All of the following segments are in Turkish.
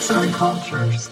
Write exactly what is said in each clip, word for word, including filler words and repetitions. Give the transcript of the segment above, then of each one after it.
Arts and Cultures.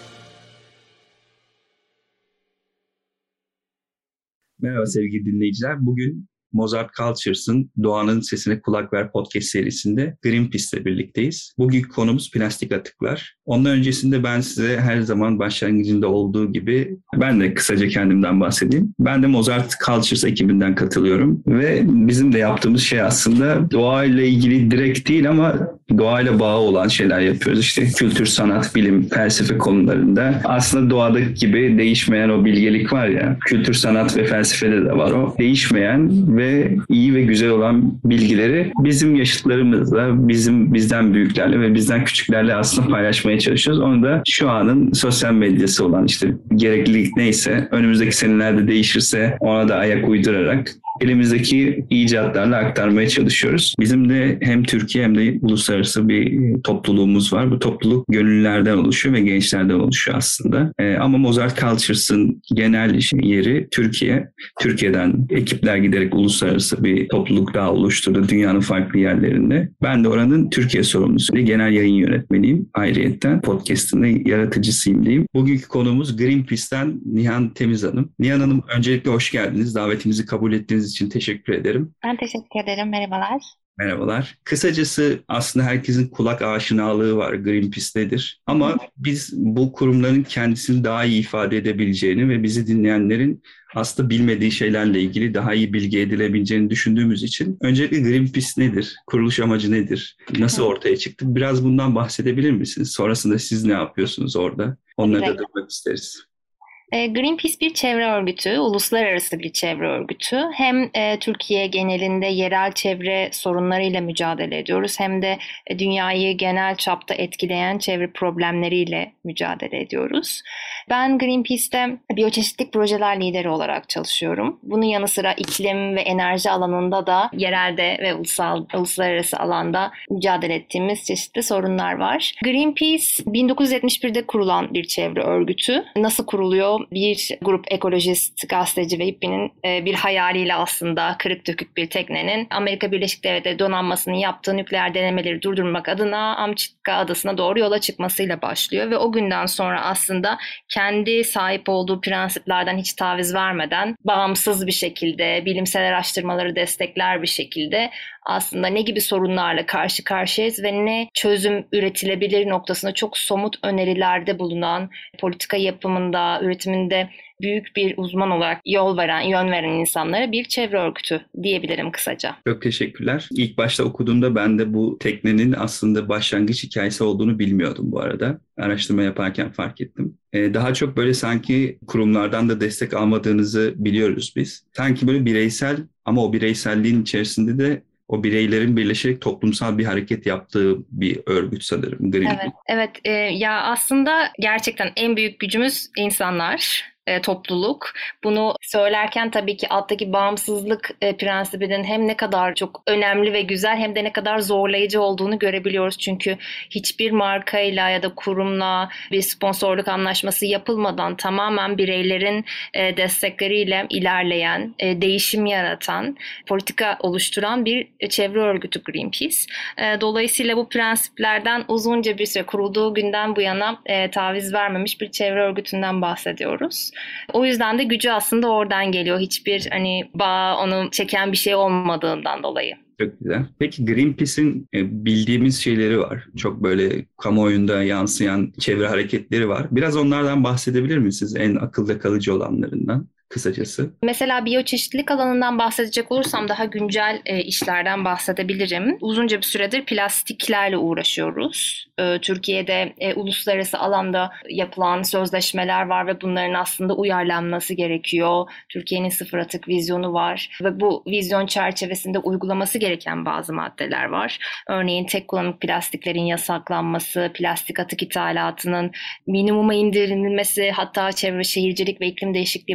Merhaba sevgili dinleyiciler. Bugün Mozart Cultures'ın Doğanın Sesine Kulak Ver podcast serisinde Greenpeace'le birlikteyiz. Bugünkü konumuz plastik atıklar. Ondan öncesinde ben size her zaman başlangıcında olduğu gibi ben de kısaca kendimden bahsedeyim. Ben de Mozart Cultures ekibinden katılıyorum ve bizim de yaptığımız şey aslında doğayla ilgili direkt değil ama doğayla bağı olan şeyler yapıyoruz. İşte kültür, sanat, bilim, felsefe konularında aslında doğadaki gibi değişmeyen o bilgelik var ya, kültür, sanat ve felsefede de var o. Değişmeyen ve ve iyi ve güzel olan bilgileri bizim yaşıtlarımızla, bizim bizden büyüklerle ve bizden küçüklerle aslında paylaşmaya çalışıyoruz. Onu da şu anın sosyal medyası olan işte gereklilik neyse, önümüzdeki senelerde değişirse ona da ayak uydurarak elimizdeki icatlarla aktarmaya çalışıyoruz. Bizim de hem Türkiye hem de uluslararası bir topluluğumuz var. Bu topluluk gönüllülerden oluşuyor ve gençlerden oluşuyor aslında. Ee, ama Mozart Cultures'ın genel yeri Türkiye. Türkiye'den ekipler giderek uluslararası bir topluluk daha oluşturdu dünyanın farklı yerlerinde. Ben de oranın Türkiye sorumlusuyum. Genel yayın yönetmeniyim ayrıyetten. Podcast'ın da yaratıcısıyım diyeyim. Bugünkü konuğumuz Greenpeace'ten Nihan Temiz Hanım. Nihan Hanım, öncelikle hoş geldiniz. Davetimizi kabul ettiğiniz için teşekkür ederim. Ben teşekkür ederim. Merhabalar. Merhabalar. Kısacası aslında herkesin kulak aşinalığı var. Greenpeace nedir? Ama biz bu kurumların kendisini daha iyi ifade edebileceğini ve bizi dinleyenlerin aslında bilmediği şeylerle ilgili daha iyi bilgi edilebileceğini düşündüğümüz için öncelikle Greenpeace nedir? Kuruluş amacı nedir? Nasıl ortaya çıktı? Biraz bundan bahsedebilir misiniz? Sonrasında siz ne yapıyorsunuz orada? Onları da duymak isteriz. Greenpeace bir çevre örgütü, uluslararası bir çevre örgütü. Hem e, Türkiye genelinde yerel çevre sorunlarıyla mücadele ediyoruz, hem de e, dünyayı genel çapta etkileyen çevre problemleriyle mücadele ediyoruz. Ben Greenpeace'te biyoçeşitlilik projeler lideri olarak çalışıyorum. Bunun yanı sıra iklim ve enerji alanında da yerelde ve ulusal, uluslararası alanda mücadele ettiğimiz çeşitli sorunlar var. Greenpeace bin dokuz yüz yetmiş birde kurulan bir çevre örgütü. Nasıl kuruluyor? Bir grup ekolojist, gazeteci ve hippinin bir hayaliyle aslında kırık dökük bir teknenin Amerika Birleşik Devletleri donanmasının yaptığı nükleer denemeleri durdurmak adına Amchitka adasına doğru yola çıkmasıyla başlıyor ve o günden sonra aslında kendi sahip olduğu prensiplerden hiç taviz vermeden bağımsız bir şekilde, bilimsel araştırmaları destekler bir şekilde aslında ne gibi sorunlarla karşı karşıyayız ve ne çözüm üretilebilir noktasında çok somut önerilerde bulunan, politika yapımında, üretiminde büyük bir uzman olarak yol veren, yön veren insanlara bir çevre örgütü diyebilirim kısaca. Çok teşekkürler. İlk başta okuduğumda ben de bu teknenin aslında başlangıç hikayesi olduğunu bilmiyordum bu arada. Araştırma yaparken fark ettim. Ee, daha çok böyle sanki kurumlardan da destek almadığınızı biliyoruz biz. Sanki böyle bireysel, ama o bireyselliğin içerisinde de o bireylerin birleşerek toplumsal bir hareket yaptığı bir örgüt sanırım. Greenpeace. Evet, evet. E, ya aslında gerçekten en büyük gücümüz insanlar. E, topluluk. Bunu söylerken tabii ki alttaki bağımsızlık e, prensibinin hem ne kadar çok önemli ve güzel hem de ne kadar zorlayıcı olduğunu görebiliyoruz. Çünkü hiçbir markayla ya da kurumla bir sponsorluk anlaşması yapılmadan tamamen bireylerin e, destekleriyle ilerleyen, e, değişim yaratan, politika oluşturan bir çevre örgütü Greenpeace. E, dolayısıyla bu prensiplerden uzunca bir süre, kurulduğu günden bu yana e, taviz vermemiş bir çevre örgütünden bahsediyoruz. O yüzden de gücü aslında oradan geliyor. Hiçbir hani bağ, onu çeken bir şey olmadığından dolayı. Çok güzel. Peki Greenpeace'in bildiğimiz şeyleri var. Çok böyle kamuoyunda yansıyan çevre hareketleri var. Biraz onlardan bahsedebilir misiniz? En akılda kalıcı olanlarından kısacası. Mesela biyoçeşitlilik alanından bahsedecek olursam daha güncel e, işlerden bahsedebilirim. Uzunca bir süredir plastiklerle uğraşıyoruz. E, Türkiye'de e, uluslararası alanda yapılan sözleşmeler var ve bunların aslında uyarlanması gerekiyor. Türkiye'nin sıfır atık vizyonu var ve bu vizyon çerçevesinde uygulaması gereken bazı maddeler var. Örneğin tek kullanımlık plastiklerin yasaklanması, plastik atık ithalatının minimuma indirilmesi, hatta Çevre Şehircilik ve İklim Değişikliği Bakanlığı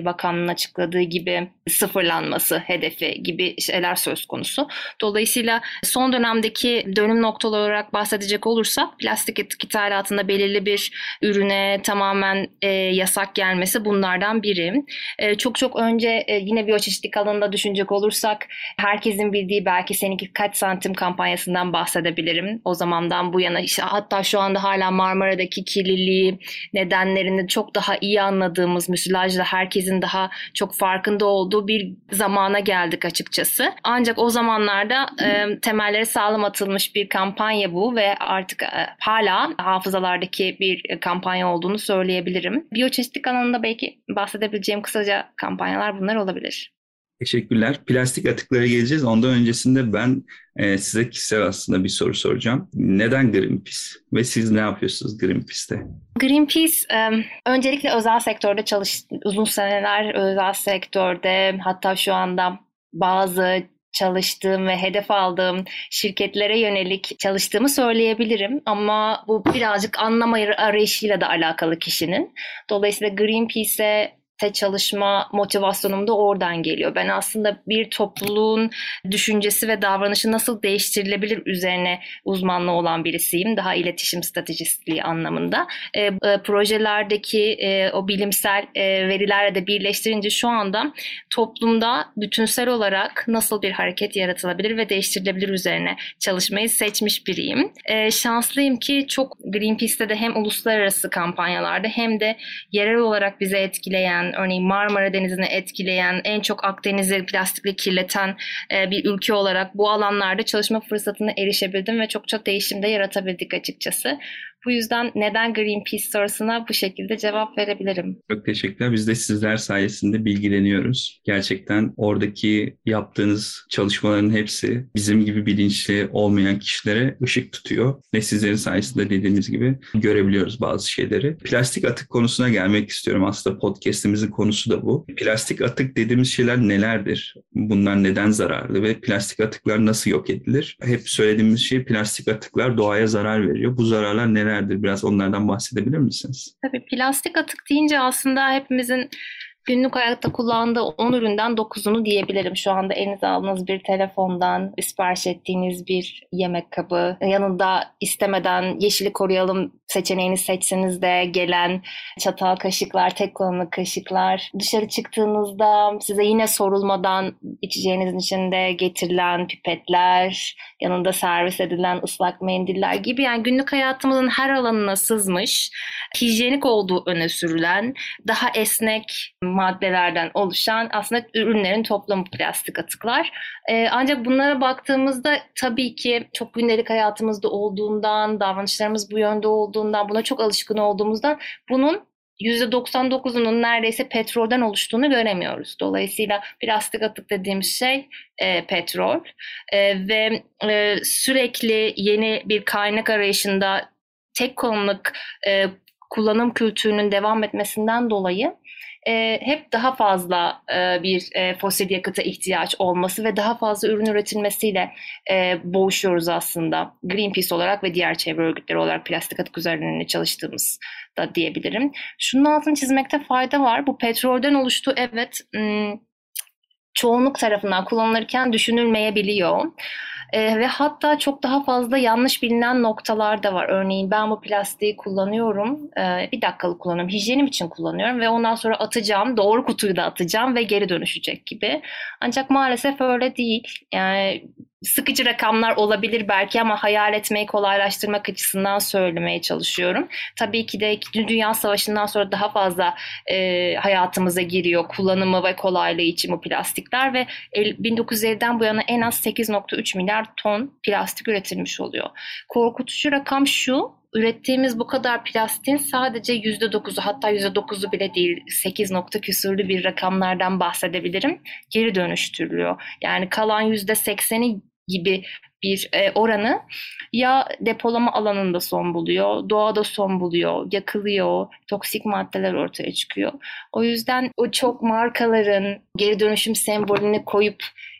Bakanı'nın açıkladığı gibi sıfırlanması hedefi gibi şeyler söz konusu. Dolayısıyla son dönemdeki dönüm noktaları olarak bahsedecek olursak plastik atık ithalatında belirli bir ürüne tamamen e, yasak gelmesi bunlardan biri. E, çok çok önce e, yine biyoçeşitlilik alanında düşünecek olursak herkesin bildiği belki seninki kaç santim kampanyasından bahsedebilirim. O zamandan bu yana işte, hatta şu anda hala Marmara'daki kirliliği nedenlerini çok daha iyi anladığımız, müsilajla herkesin daha çok farkında olduğu bir zamana geldik açıkçası. Ancak o zamanlarda e, temelleri sağlam atılmış bir kampanya bu ve artık e, hala hafızalardaki bir kampanya olduğunu söyleyebilirim. Biyoçeşitlilik alanında belki bahsedebileceğim kısaca kampanyalar bunlar olabilir. Teşekkürler. Plastik atıklara geleceğiz. Ondan öncesinde ben e, size kişisel aslında bir soru soracağım. Neden Greenpeace? Ve siz ne yapıyorsunuz Greenpeace'te? Greenpeace e, öncelikle özel sektörde çalış, uzun seneler özel sektörde, hatta şu anda bazı çalıştığım ve hedef aldığım şirketlere yönelik çalıştığımı söyleyebilirim. Ama bu birazcık anlam arayışıyla da alakalı kişinin. Dolayısıyla Greenpeace'e çalışma motivasyonum da oradan geliyor. Ben aslında bir topluluğun düşüncesi ve davranışı nasıl değiştirilebilir üzerine uzmanlığı olan birisiyim. Daha iletişim stratejistliği anlamında. E, e, projelerdeki e, o bilimsel e, verilerle de birleştirince şu anda toplumda bütünsel olarak nasıl bir hareket yaratılabilir ve değiştirilebilir üzerine çalışmayı seçmiş biriyim. E, şanslıyım ki çok Greenpeace'te de hem uluslararası kampanyalarda hem de yerel olarak bizi etkileyen, örneğin Marmara Denizi'ni etkileyen, en çok Akdeniz'i plastikle kirleten e, bir ülke olarak bu alanlarda çalışma fırsatına erişebildim ve çok çok değişim de yaratabildik açıkçası. Bu yüzden neden Greenpeace sorusuna bu şekilde cevap verebilirim. Çok teşekkürler. Biz de sizler sayesinde bilgileniyoruz. Gerçekten oradaki yaptığınız çalışmaların hepsi bizim gibi bilinçli olmayan kişilere ışık tutuyor. Ve sizlerin sayesinde dediğiniz gibi görebiliyoruz bazı şeyleri. Plastik atık konusuna gelmek istiyorum. Aslında podcast'imizin konusu da bu. Plastik atık dediğimiz şeyler nelerdir? Bunlar neden zararlı ve plastik atıklar nasıl yok edilir? Hep söylediğimiz şey plastik atıklar doğaya zarar veriyor. Bu zararlar nelerdir? Biraz onlardan bahsedebilir misiniz? Tabii plastik atık deyince aslında hepimizin günlük hayatta kullandığı on üründen dokuzunu diyebilirim. Şu anda elinize aldığınız bir telefondan, sipariş ettiğiniz bir yemek kabı, yanında istemeden yeşili koruyalım seçeneğini seçseniz de gelen çatal kaşıklar, tek kullanımlık kaşıklar, dışarı çıktığınızda size yine sorulmadan içeceğinizin içinde getirilen pipetler, yanında servis edilen ıslak mendiller gibi, yani günlük hayatımızın her alanına sızmış, hijyenik olduğu öne sürülen, daha esnek maddelerden oluşan aslında ürünlerin toplamı plastik atıklar. Ee, ancak bunlara baktığımızda tabii ki çok gündelik hayatımızda olduğundan, davranışlarımız bu yönde olduğundan, buna çok alışkın olduğumuzdan bunun yüzde doksan dokuzunun neredeyse petrolden oluştuğunu göremiyoruz. Dolayısıyla plastik atık dediğimiz şey e, petrol e, ve e, sürekli yeni bir kaynak arayışında tek kullanımlık e, kullanım kültürünün devam etmesinden dolayı e, hep daha fazla e, bir e, fosil yakıta ihtiyaç olması ve daha fazla ürün üretilmesiyle e, boğuşuyoruz aslında. Greenpeace olarak ve diğer çevre örgütleri olarak plastik atık üzerine çalıştığımız da diyebilirim. Şunun altını çizmekte fayda var. Bu petrolden oluştu, evet, m- çoğunluk tarafından kullanılırken düşünülmeyebiliyor. Ee, ve hatta çok daha fazla yanlış bilinen noktalar da var. Örneğin ben bu plastiği kullanıyorum, ee, bir dakikalık kullanıyorum, hijyenim için kullanıyorum ve ondan sonra atacağım, doğru kutuyu da atacağım ve geri dönüşecek gibi. Ancak maalesef öyle değil. Yani sıkıcı rakamlar olabilir belki ama hayal etmeyi kolaylaştırmak açısından söylemeye çalışıyorum. Tabii ki de İkinci Dünya Savaşı'ndan sonra daha fazla e, hayatımıza giriyor kullanımı ve kolaylığı için bu plastikler ve bin dokuz yüz elliden bu yana en az sekiz nokta üç milyar ton plastik üretilmiş oluyor. Korkutucu rakam şu: ürettiğimiz bu kadar plastiğin sadece yüzde dokuzu, hatta yüzde dokuzu bile değil, sekiz nokta küsürlü bir rakamlardan bahsedebilirim, geri dönüştürülüyor. Yani kalan yüzde sekseni gibi bir e, oranı ya depolama alanında son buluyor, doğada son buluyor, yakılıyor, toksik maddeler ortaya çıkıyor. O yüzden o çok markaların geri dönüşüm sembolünü koyup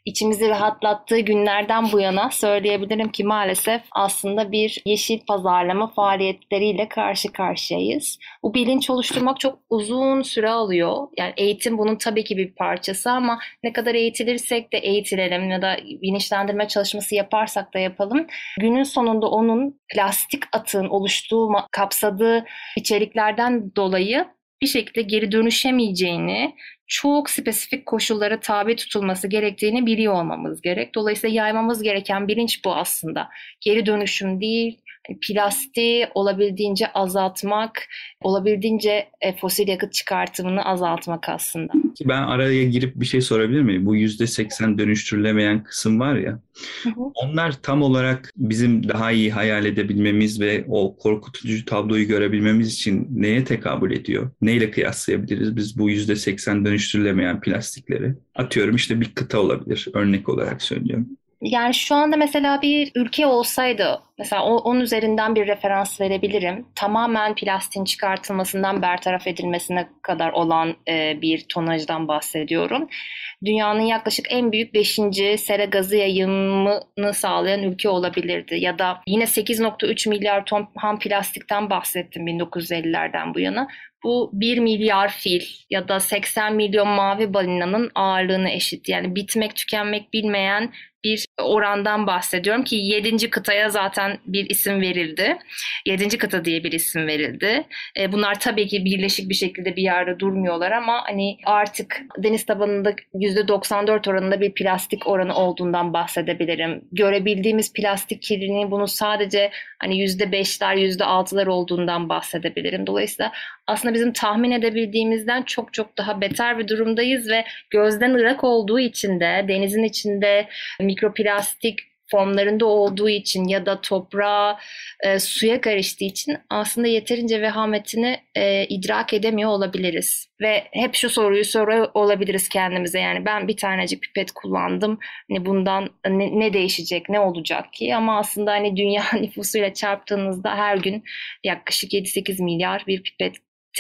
içimizi rahatlattığı günlerden bu yana söyleyebilirim ki maalesef aslında bir yeşil pazarlama faaliyetleriyle karşı karşıyayız. Bu bilinç oluşturmak çok uzun süre alıyor. Yani eğitim bunun tabii ki bir parçası ama ne kadar eğitilirsek de eğitilelim ya da bilinçlendirme çalışması yaparsak da yapalım. Günün sonunda onun plastik atığın oluştuğu, kapsadığı içeriklerden dolayı bir şekilde geri dönüşemeyeceğini, çok spesifik koşullara tabi tutulması gerektiğini biliyor olmamız gerek. Dolayısıyla yaymamız gereken bilinç bu aslında. Geri dönüşüm değil, plastiği olabildiğince azaltmak, olabildiğince fosil yakıt çıkartımını azaltmak aslında. Ben araya girip bir şey sorabilir miyim? Bu yüzde seksen dönüştürülemeyen kısım var ya, hı hı. Onlar tam olarak bizim daha iyi hayal edebilmemiz ve o korkutucu tabloyu görebilmemiz için neye tekabül ediyor? Neyle kıyaslayabiliriz biz bu yüzde seksen dönüştürülemeyen plastikleri? Atıyorum işte bir kıta olabilir, örnek olarak söylüyorum. Yani şu anda mesela bir ülke olsaydı, mesela onun üzerinden bir referans verebilirim. Tamamen plastiğin çıkartılmasından bertaraf edilmesine kadar olan bir tonajdan bahsediyorum. Dünyanın yaklaşık en büyük beşinci sera gazı yayımını sağlayan ülke olabilirdi. Ya da yine sekiz nokta üç milyar ton ham plastikten bahsettim bin dokuz yüz ellilerden bu yana. Bu bir milyar fil ya da seksen milyon mavi balinanın ağırlığına eşit. Yani bitmek tükenmek bilmeyen bir orandan bahsediyorum ki yedinci kıtaya zaten bir isim verildi. yedinci kıta diye bir isim verildi. Bunlar tabii ki birleşik bir şekilde bir yerde durmuyorlar ama hani artık deniz tabanında yüzde doksan dört oranında bir plastik oranı olduğundan bahsedebilirim. Görebildiğimiz plastik kirliliğinin bunu sadece hani yüzde beşler, yüzde altılar olduğundan bahsedebilirim. Dolayısıyla aslında bizim tahmin edebildiğimizden çok çok daha beter bir durumdayız ve gözden ırak olduğu için de denizin içinde mikroplastik formlarında olduğu için ya da toprağa, e, suya karıştığı için aslında yeterince vehametini e, idrak edemiyor olabiliriz. Ve hep şu soruyu soruyor olabiliriz kendimize, yani ben bir tanecik pipet kullandım. Hani bundan ne, ne değişecek, ne olacak ki? Ama aslında hani dünya nüfusuyla çarptığınızda her gün yaklaşık yedi sekiz milyar bir pipet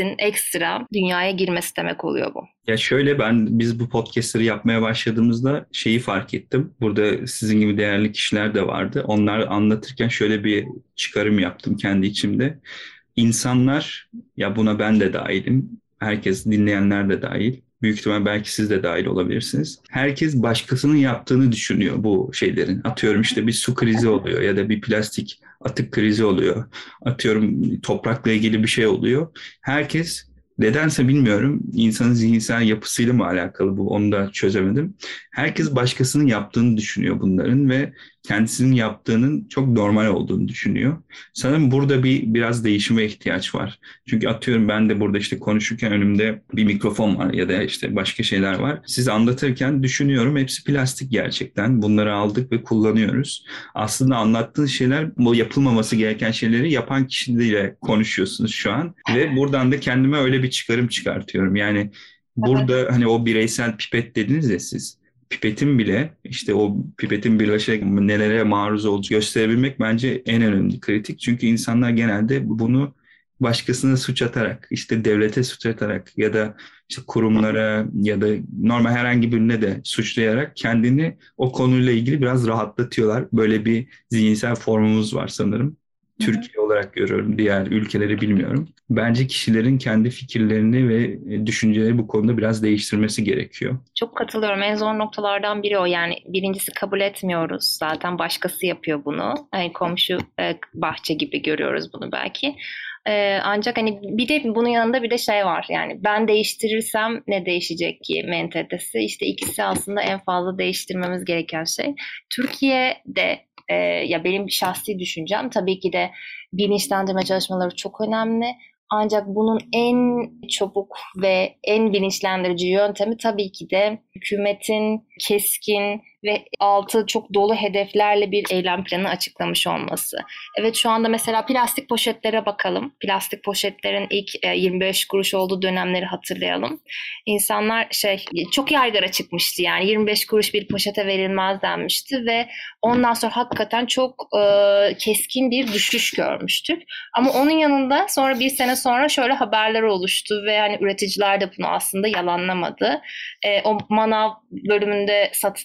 ekstra dünyaya girmesi demek oluyor bu. Ya şöyle, ben biz bu podcastleri yapmaya başladığımızda şeyi fark ettim. Burada sizin gibi değerli kişiler de vardı. Onlar anlatırken şöyle bir çıkarım yaptım kendi içimde. İnsanlar, ya buna ben de dahilim, herkes, dinleyenler de dahil, büyük ihtimal belki siz de dahil olabilirsiniz. Herkes başkasının yaptığını düşünüyor bu şeylerin. Atıyorum işte bir su krizi oluyor ya da bir plastik atık krizi oluyor. Atıyorum toprakla ilgili bir şey oluyor. Herkes, nedense bilmiyorum, insanın zihinsel yapısıyla mı alakalı bu, onu da çözemedim. Herkes başkasının yaptığını düşünüyor bunların ve kendisinin yaptığının çok normal olduğunu düşünüyor. Sanırım burada bir biraz değişime ihtiyaç var. Çünkü atıyorum ben de burada işte konuşurken önümde bir mikrofon var ya da işte başka şeyler var. Siz anlatırken düşünüyorum, hepsi plastik gerçekten. Bunları aldık ve kullanıyoruz. Aslında anlattığınız şeyler, bu yapılmaması gereken şeyleri yapan kişiyle konuşuyorsunuz şu an. Ve buradan da kendime öyle bir çıkarım çıkartıyorum. Yani burada hani o bireysel pipet dediniz ya siz. Pipetin bile, işte o pipetin birleşerek nelere maruz olduğunu gösterebilmek bence en önemli, kritik. Çünkü insanlar genelde bunu başkasına suç atarak, işte devlete suç atarak ya da işte kurumlara ya da normal herhangi birine de suçlayarak kendini o konuyla ilgili biraz rahatlatıyorlar. Böyle bir zihinsel formumuz var sanırım. Türkiye olarak görüyorum, diğer ülkeleri bilmiyorum. Bence kişilerin kendi fikirlerini ve düşünceleri bu konuda biraz değiştirmesi gerekiyor. Çok katılıyorum. En zor noktalardan biri o. Yani birincisi kabul etmiyoruz. Zaten başkası yapıyor bunu. Yani komşu bahçe gibi görüyoruz bunu belki. Ee, ancak hani bir de bunun yanında bir de şey var, yani ben değiştirirsem ne değişecek ki mentalitesi. İşte ikisi aslında en fazla değiştirmemiz gereken şey. Türkiye'de e, ya benim şahsi düşüncem, tabii ki de bilinçlendirme çalışmaları çok önemli. Ancak bunun en çabuk ve en bilinçlendirici yöntemi tabii ki de hükümetin keskin ve altı çok dolu hedeflerle bir eylem planı açıklamış olması. Evet, şu anda mesela plastik poşetlere bakalım. Plastik poşetlerin ilk yirmi beş kuruş olduğu dönemleri hatırlayalım. İnsanlar şey çok yaygara çıkmıştı, yani yirmi beş kuruş bir poşete verilmez denmişti ve ondan sonra hakikaten çok e, keskin bir düşüş görmüştük. Ama onun yanında sonra bir sene sonra şöyle haberler oluştu ve hani üreticiler de bunu aslında yalanlamadı. E, o manav bölümünde satılan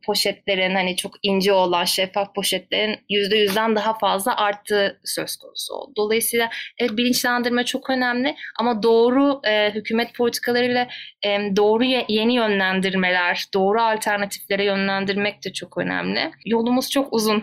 poşetlerin hani çok ince olan şeffaf poşetlerin yüzde yüzden daha fazla arttığı söz konusu oldu. Dolayısıyla evet, bilinçlendirme çok önemli ama doğru e, hükümet politikalarıyla e, doğru ye, yeni yönlendirmeler, doğru alternatiflere yönlendirmek de çok önemli. Yolumuz çok uzun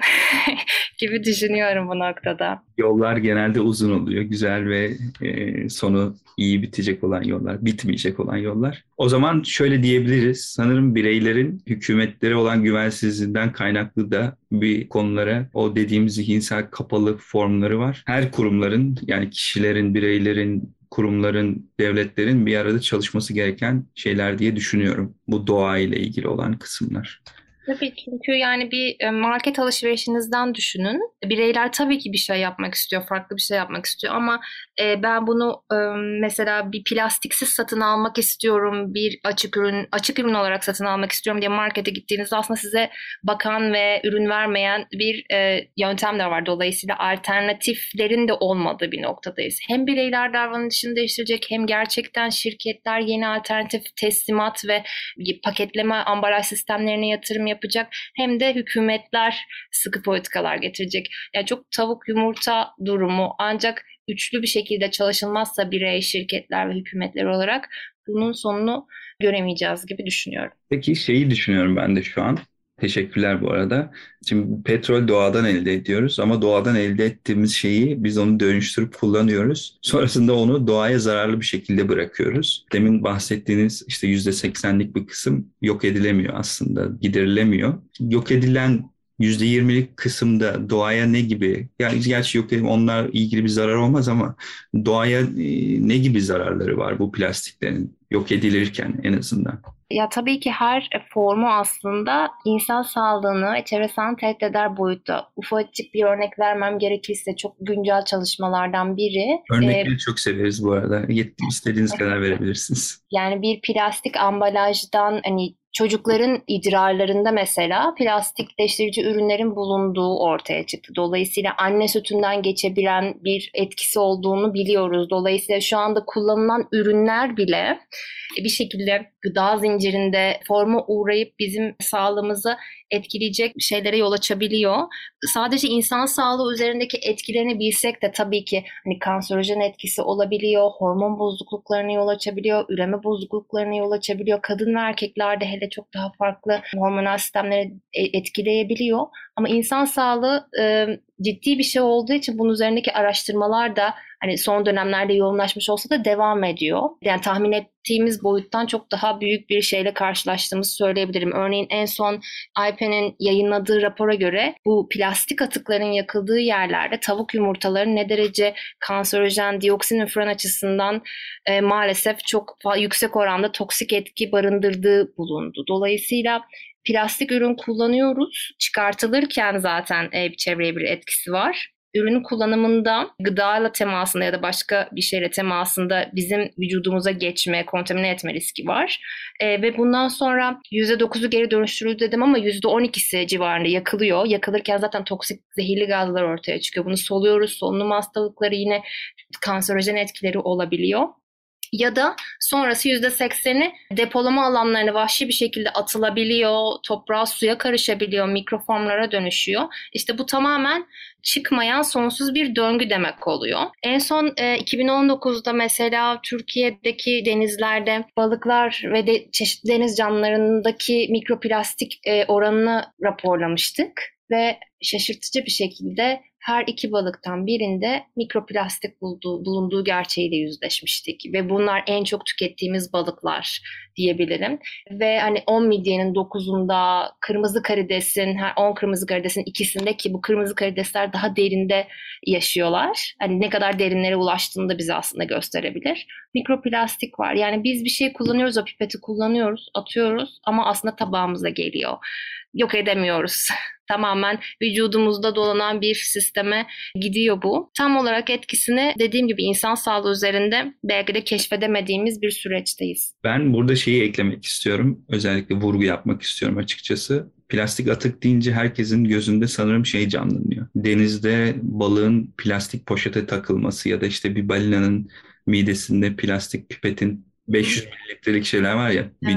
gibi düşünüyorum bu noktada. Yollar genelde uzun oluyor. Güzel ve e, sonu iyi bitecek olan yollar, bitmeyecek olan yollar. O zaman şöyle diyebiliriz. Sanırım bireylerin hükümetlere olan güvensizliğinden kaynaklı da bir konulara o dediğimiz zihinsel kapalı formları var. Her kurumların, yani kişilerin, bireylerin, kurumların, devletlerin bir arada çalışması gereken şeyler diye düşünüyorum. Bu doğa ile ilgili olan kısımlar. Tabii, çünkü yani bir market alışverişinizden düşünün. Bireyler tabii ki bir şey yapmak istiyor, farklı bir şey yapmak istiyor ama e, ben bunu e, mesela bir plastiksiz satın almak istiyorum, bir açık ürün açık ürün olarak satın almak istiyorum diye markete gittiğinizde aslında size bakan ve ürün vermeyen bir e, yöntem de var. Dolayısıyla alternatiflerin de olmadığı bir noktadayız. Hem bireyler davranışını değiştirecek hem gerçekten şirketler yeni alternatif teslimat ve paketleme ambalaj sistemlerine yatırım yapacak, hem de hükümetler sıkı politikalar getirecek. Yani çok tavuk yumurta durumu, ancak üçlü bir şekilde çalışılmazsa birey, şirketler ve hükümetler olarak bunun sonunu göremeyeceğiz gibi düşünüyorum. Peki şeyi düşünüyorum ben de şu an. Teşekkürler bu arada. Şimdi petrol doğadan elde ediyoruz ama doğadan elde ettiğimiz şeyi biz onu dönüştürüp kullanıyoruz. Sonrasında onu doğaya zararlı bir şekilde bırakıyoruz. Demin bahsettiğiniz işte yüzde seksenlik bir kısım yok edilemiyor aslında, giderilemiyor. Yok edilen yüzde yirmilik kısımda doğaya ne gibi, yani gerçi yok edelim, onlar ilgili bir zarar olmaz ama doğaya e, ne gibi zararları var bu plastiklerin yok edilirken en azından? Ya tabii ki her formu aslında insan sağlığını ve çevresini tehdit eder boyutta. Ufacık bir örnek vermem gerekirse çok güncel çalışmalardan biri. e, Örnekleri çok severiz bu arada. Yet- İstediğiniz kadar verebilirsiniz. Yani bir plastik ambalajdan hani çocukların idrarlarında mesela plastikleştirici ürünlerin bulunduğu ortaya çıktı. Dolayısıyla anne sütünden geçebilen bir etkisi olduğunu biliyoruz. Dolayısıyla şu anda kullanılan ürünler bile bir şekilde gıda zincirinde forma uğrayıp bizim sağlığımızı etkileyecek şeylere yol açabiliyor. Sadece insan sağlığı üzerindeki etkilerini bilsek de tabii ki hani kanserojen etkisi olabiliyor, hormon bozukluklarına yol açabiliyor, üreme bozukluklarına yol açabiliyor. Kadın ve erkeklerde hele çok daha farklı hormonal sistemleri etkileyebiliyor. Ama insan sağlığı e, ciddi bir şey olduğu için bunun üzerindeki araştırmalar da hani son dönemlerde yoğunlaşmış olsa da devam ediyor. Yani tahmin ettiğimiz boyuttan çok daha büyük bir şeyle karşılaştığımızı söyleyebilirim. Örneğin en son I P E N'in yayınladığı rapora göre bu plastik atıkların yakıldığı yerlerde tavuk yumurtaları ne derece kanserojen, dioksin üfran açısından e, maalesef çok yüksek oranda toksik etki barındırdığı bulundu. Dolayısıyla plastik ürün kullanıyoruz. Çıkartılırken zaten e, çevreye bir etkisi var. Ürün kullanımında gıdayla temasında ya da başka bir şeyle temasında bizim vücudumuza geçme, kontamine etme riski var. E, ve bundan sonra yüzde dokuzu geri dönüştürüldü dedim ama yüzde on ikisi civarında yakılıyor. Yakılırken zaten toksik zehirli gazlar ortaya çıkıyor. Bunu soluyoruz. Solunum hastalıkları, yine kanserojen etkileri olabiliyor. Ya da sonrası yüzde sekseni depolama alanlarına vahşi bir şekilde atılabiliyor, toprağa, suya karışabiliyor, mikroformlara dönüşüyor. İşte bu tamamen çıkmayan sonsuz bir döngü demek oluyor. En son e, iki bin on dokuzda mesela Türkiye'deki denizlerde balıklar ve de, çeşitli deniz canlılarındaki mikroplastik e, oranını raporlamıştık ve şaşırtıcı bir şekilde her iki balıktan birinde mikroplastik bulduğu, bulunduğu gerçeğiyle yüzleşmiştik. Ve bunlar en çok tükettiğimiz balıklar diyebilirim. Ve hani on midyenin dokuzunda, kırmızı karidesin, her on kırmızı karidesin ikisinde, ki bu kırmızı karidesler daha derinde yaşıyorlar. Hani ne kadar derinlere ulaştığını da bize aslında gösterebilir. Mikroplastik var. Yani biz bir şey kullanıyoruz, o pipeti kullanıyoruz, atıyoruz ama aslında tabağımıza geliyor. Yok edemiyoruz. Tamamen vücudumuzda dolanan bir sisteme gidiyor bu. Tam olarak etkisini dediğim gibi insan sağlığı üzerinde belki de keşfedemediğimiz bir süreçteyiz. Ben burada şeyi eklemek istiyorum. Özellikle vurgu yapmak istiyorum açıkçası. Plastik atık deyince herkesin gözünde sanırım şey canlanıyor. Denizde balığın plastik poşete takılması ya da işte bir balinanın midesinde plastik pipetin beş yüz mililitrelik şeyler var ya. Bir Evet.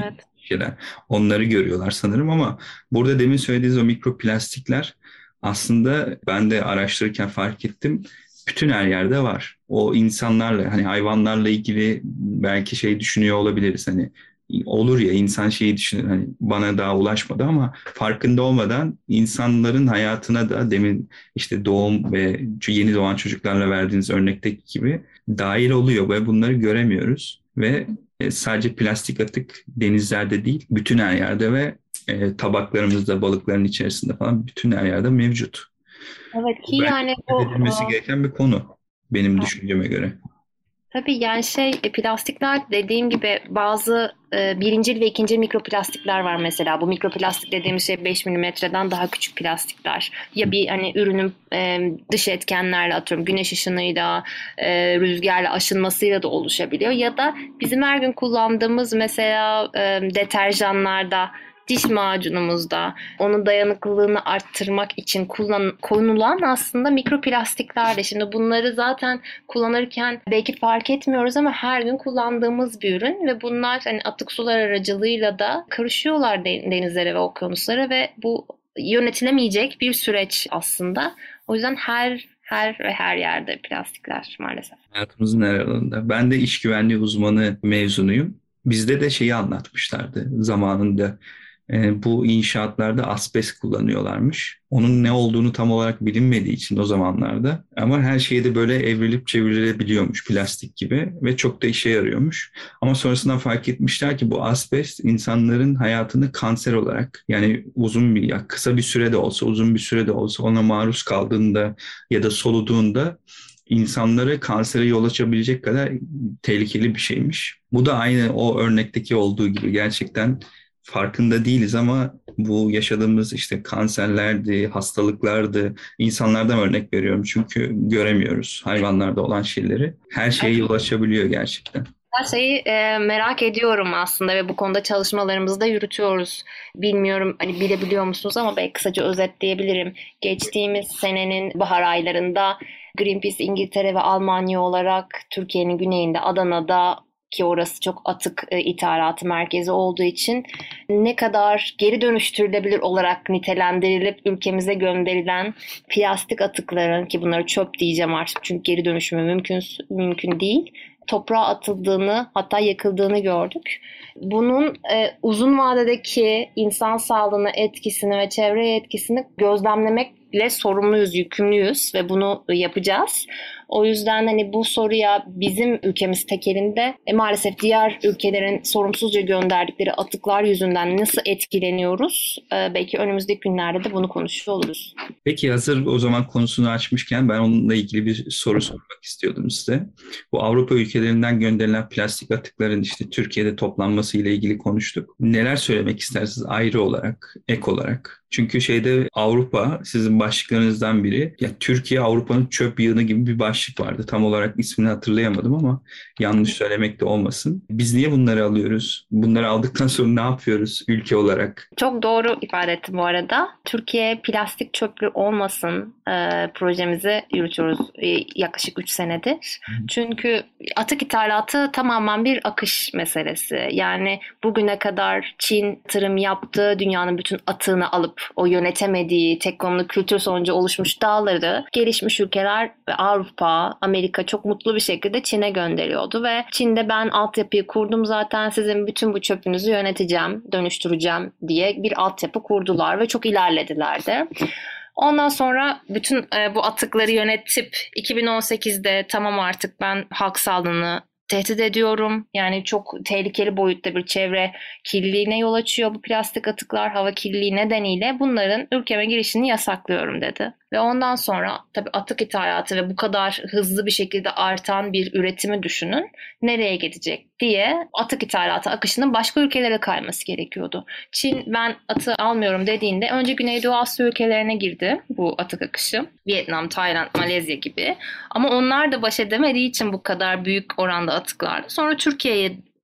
şeyler. Onları görüyorlar sanırım ama burada demin söylediğiniz o mikroplastikler aslında ben de araştırırken fark ettim. Bütün her yerde var. O insanlarla hani hayvanlarla ilgili belki şey düşünüyor olabiliriz. Hani olur ya insan şeyi düşünür hani bana daha ulaşmadı ama farkında olmadan insanların hayatına da demin işte doğum ve yeni doğan çocuklarla verdiğiniz örnekteki gibi dahil oluyor ve bunları göremiyoruz ve e, sadece plastik atık denizlerde değil bütün her yerde ve e, tabaklarımızda balıkların içerisinde falan bütün her yerde mevcut. Evet ki Bu bence yani dikkat bu edilmesi gereken bir konu benim düşünceme göre. tabii yani şey e, plastikler dediğim gibi bazı e, birincil ve ikinci mikroplastikler var mesela. Bu mikroplastik dediğimiz şey beş milimetreden daha küçük plastikler. Ya bir hani ürünün e, dış etkenlerle atıyorum güneş ışınıyla, e, rüzgarla aşınmasıyla da oluşabiliyor. Ya da bizim her gün kullandığımız mesela e, deterjanlarda diş macunumuzda onun dayanıklılığını arttırmak için kullan, konulan aslında mikroplastikler de. Şimdi bunları zaten kullanırken belki fark etmiyoruz ama her gün kullandığımız bir ürün ve bunlar hani atık sular aracılığıyla da karışıyorlar denizlere ve okyanuslara ve bu yönetilemeyecek bir süreç aslında. O yüzden her her ve her yerde plastikler maalesef. Hayatımızın her alanında. Ben de iş güvenliği uzmanı mezunuyum. Bizde de şeyi anlatmışlardı zamanında. E, bu inşaatlarda asbest kullanıyorlarmış. Onun ne olduğunu tam olarak bilinmediği için o zamanlarda. Ama her şeyde böyle evrilip çevrilebiliyormuş plastik gibi ve çok da işe yarıyormuş. Ama sonrasında fark etmişler ki bu asbest insanların hayatını kanser olarak yani uzun bir ya kısa bir sürede olsa uzun bir sürede olsa ona maruz kaldığında ya da soluduğunda insanlara kansere yol açabilecek kadar tehlikeli bir şeymiş. Bu da aynı o örnekteki olduğu gibi gerçekten farkında değiliz ama bu yaşadığımız işte kanserlerdi, hastalıklardı, insanlardan örnek veriyorum çünkü göremiyoruz hayvanlarda olan şeyleri. Her şeye yol açabiliyor gerçekten. Her şeyi e, merak ediyorum aslında ve bu konuda çalışmalarımızı da yürütüyoruz. Bilmiyorum hani bilebiliyor musunuz ama belki kısaca özetleyebilirim. Geçtiğimiz senenin bahar aylarında Greenpeace İngiltere ve Almanya olarak Türkiye'nin güneyinde Adana'da ki orası çok atık e, ithalatı merkezi olduğu için ne kadar geri dönüştürülebilir olarak nitelendirilip ülkemize gönderilen plastik atıkların ki bunları çöp diyeceğim artık çünkü geri dönüşümü mümkün mümkün değil toprağa atıldığını hatta yakıldığını gördük. Bunun e, uzun vadedeki insan sağlığına etkisini ve çevreye etkisini gözlemlemekle sorumluyuz, yükümlüyüz ve bunu yapacağız. O yüzden hani bu soruya bizim ülkemiz tekelinde e, maalesef diğer ülkelerin sorumsuzca gönderdikleri atıklar yüzünden nasıl etkileniyoruz? E, belki önümüzdeki günlerde de bunu konuşuyor oluruz. Peki hazır o zaman konusunu açmışken ben onunla ilgili bir soru sormak istiyordum size. Bu Avrupa ülkelerinden gönderilen plastik atıkların işte Türkiye'de toplanması ile ilgili konuştuk. Neler söylemek istersiniz ayrı olarak, ek olarak? Çünkü şeyde Avrupa sizin başlıklarınızdan biri ya Türkiye Avrupa'nın çöp yığını gibi bir başlık vardı. Tam olarak ismini hatırlayamadım ama yanlış söylemek de olmasın. Biz niye bunları alıyoruz? Bunları aldıktan sonra ne yapıyoruz ülke olarak? Çok doğru ifade ettim bu arada. Türkiye plastik çöplüğü olmasın e, projemizi yürütüyoruz e, yaklaşık üç senedir. Çünkü atık ithalatı tamamen bir akış meselesi. Yani bugüne kadar Çin yatırım yaptı, dünyanın bütün atığını alıp o yönetemediği tek konulu kültür sonucu oluşmuş dağları gelişmiş ülkeler ve Avrupa, Amerika çok mutlu bir şekilde Çin'e gönderiyordu ve Çin'de ben altyapıyı kurdum zaten sizin bütün bu çöpünüzü yöneteceğim, dönüştüreceğim diye bir altyapı kurdular ve çok ilerlediler de. Ondan sonra bütün e, bu atıkları yönetip iki bin on sekizde tamam artık ben halk sağlığını tehdit ediyorum. Yani çok tehlikeli boyutta bir çevre kirliliğine yol açıyor bu plastik atıklar hava kirliliği nedeniyle bunların ülkeme girişini yasaklıyorum dedi. Ve ondan sonra tabii atık ithalatı ve bu kadar hızlı bir şekilde artan bir üretimi düşünün. Nereye gidecek diye atık ithalatı akışının başka ülkelere kayması gerekiyordu. Çin ben atığı almıyorum dediğinde önce Güneydoğu Asya ülkelerine girdi bu atık akışı. Vietnam, Tayland, Malezya gibi. Ama onlar da baş edemediği için bu kadar büyük oranda atıklardı. Sonra Türkiye'ye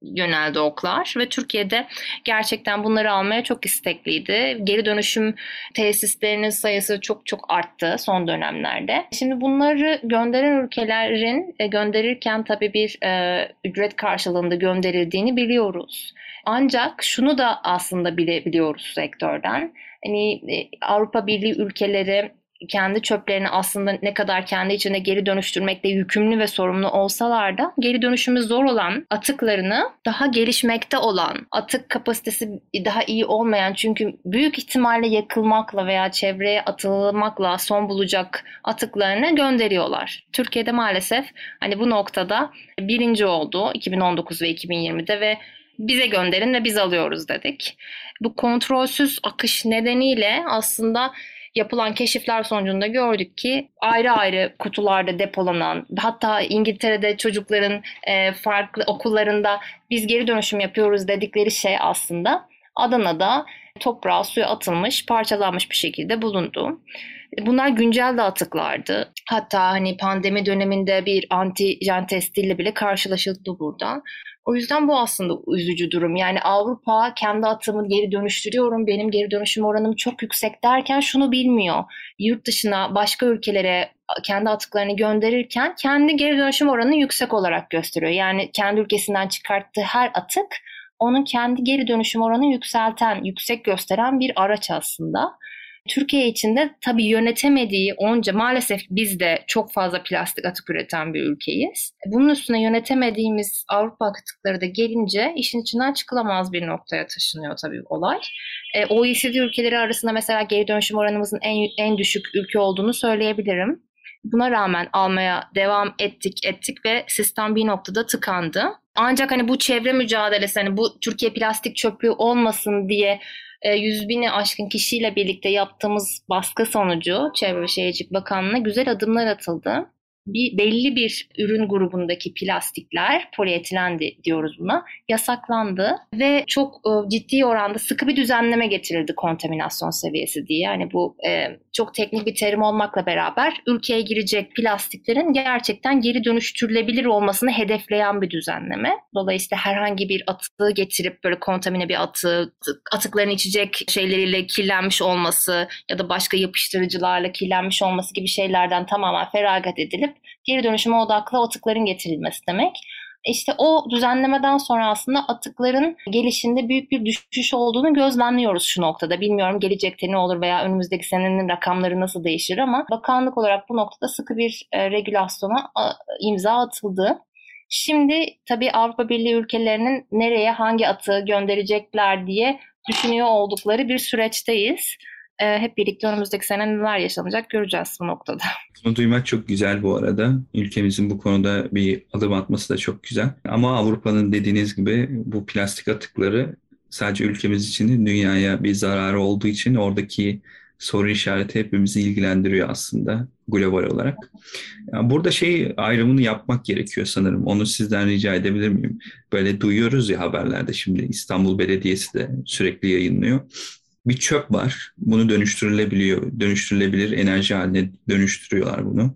yöneldi oklar ve Türkiye'de gerçekten bunları almaya çok istekliydi. Geri dönüşüm tesislerinin sayısı çok çok arttı son dönemlerde. Şimdi bunları gönderen ülkelerin e, gönderirken tabii bir e, ücret karşılığında gönderildiğini biliyoruz. Ancak şunu da aslında bilebiliyoruz sektörden. Hani e, Avrupa Birliği ülkeleri kendi çöplerini aslında ne kadar kendi içinde geri dönüştürmekle yükümlü ve sorumlu olsalar da geri dönüşümü zor olan atıklarını daha gelişmekte olan, atık kapasitesi daha iyi olmayan, çünkü büyük ihtimalle yakılmakla veya çevreye atılmakla son bulacak atıklarını gönderiyorlar. Türkiye'de maalesef hani bu noktada birinci oldu iki bin on dokuz ve iki bin yirmide ve bize gönderin ve biz alıyoruz dedik. Bu kontrolsüz akış nedeniyle aslında yapılan keşifler sonucunda gördük ki ayrı ayrı kutularda depolanan, hatta İngiltere'de çocukların e, farklı okullarında biz geri dönüşüm yapıyoruz dedikleri şey aslında Adana'da toprağa, suya atılmış, parçalanmış bir şekilde bulundu. Bunlar güncel de atıklardı. Hatta hani pandemi döneminde bir antijen testiyle bile karşılaşıldı burada. O yüzden bu aslında üzücü durum. Yani Avrupa kendi atığımı geri dönüştürüyorum, benim geri dönüşüm oranım çok yüksek derken şunu bilmiyor. Yurt dışına, başka ülkelere kendi atıklarını gönderirken kendi geri dönüşüm oranını yüksek olarak gösteriyor. Yani kendi ülkesinden çıkarttığı her atık onun kendi geri dönüşüm oranını yükselten, yüksek gösteren bir araç aslında. Türkiye için de tabii yönetemediği onca, maalesef biz de çok fazla plastik atık üreten bir ülkeyiz. Bunun üstüne yönetemediğimiz Avrupa atıkları da gelince işin içinden çıkılamaz bir noktaya taşınıyor tabii olay. E, O E C D ülkeleri arasında mesela geri dönüşüm oranımızın en, en düşük ülke olduğunu söyleyebilirim. Buna rağmen almaya devam ettik ettik ve sistem bir noktada tıkandı. Ancak hani bu çevre mücadelesi, hani bu Türkiye plastik çöplüğü olmasın diye yüz bini aşkın kişiyle birlikte yaptığımız baskı sonucu Çevre ve Şehircilik Bakanlığı'na güzel adımlar atıldı. Bir, belli bir ürün grubundaki plastikler, polietilen diyoruz buna, yasaklandı ve çok e, ciddi oranda sıkı bir düzenleme getirildi kontaminasyon seviyesi diye. Yani bu e, çok teknik bir terim olmakla beraber ülkeye girecek plastiklerin gerçekten geri dönüştürülebilir olmasını hedefleyen bir düzenleme. Dolayısıyla herhangi bir atığı getirip böyle kontamine bir atığı, atıkların içecek şeyleriyle kirlenmiş olması ya da başka yapıştırıcılarla kirlenmiş olması gibi şeylerden tamamen feragat edilip geri dönüşüme odaklı atıkların getirilmesi demek. İşte o düzenlemeden sonra aslında atıkların gelişinde büyük bir düşüş olduğunu gözlemliyoruz şu noktada. Bilmiyorum gelecekte ne olur veya önümüzdeki senenin rakamları nasıl değişir ama bakanlık olarak bu noktada sıkı bir e, regülasyona a, imza atıldı. Şimdi tabii Avrupa Birliği ülkelerinin nereye hangi atığı gönderecekler diye düşünüyor oldukları bir süreçteyiz. E, hep birlikte önümüzdeki sene neler yaşanacak göreceğiz bu noktada. Bunu duymak çok güzel bu arada. Ülkemizin bu konuda bir adım atması da çok güzel. Ama Avrupa'nın dediğiniz gibi bu plastik atıkları sadece ülkemiz için değil, dünyaya bir zararı olduğu için oradaki soru işareti hepimizi ilgilendiriyor aslında global olarak. Yani burada şey ayrımını yapmak gerekiyor sanırım. Onu sizden rica edebilir miyim? Böyle duyuyoruz ya haberlerde, şimdi İstanbul Belediyesi de sürekli yayınlıyor. Bir çöp var. Bunu dönüştürülebiliyor. Dönüştürülebilir enerji haline dönüştürüyorlar bunu.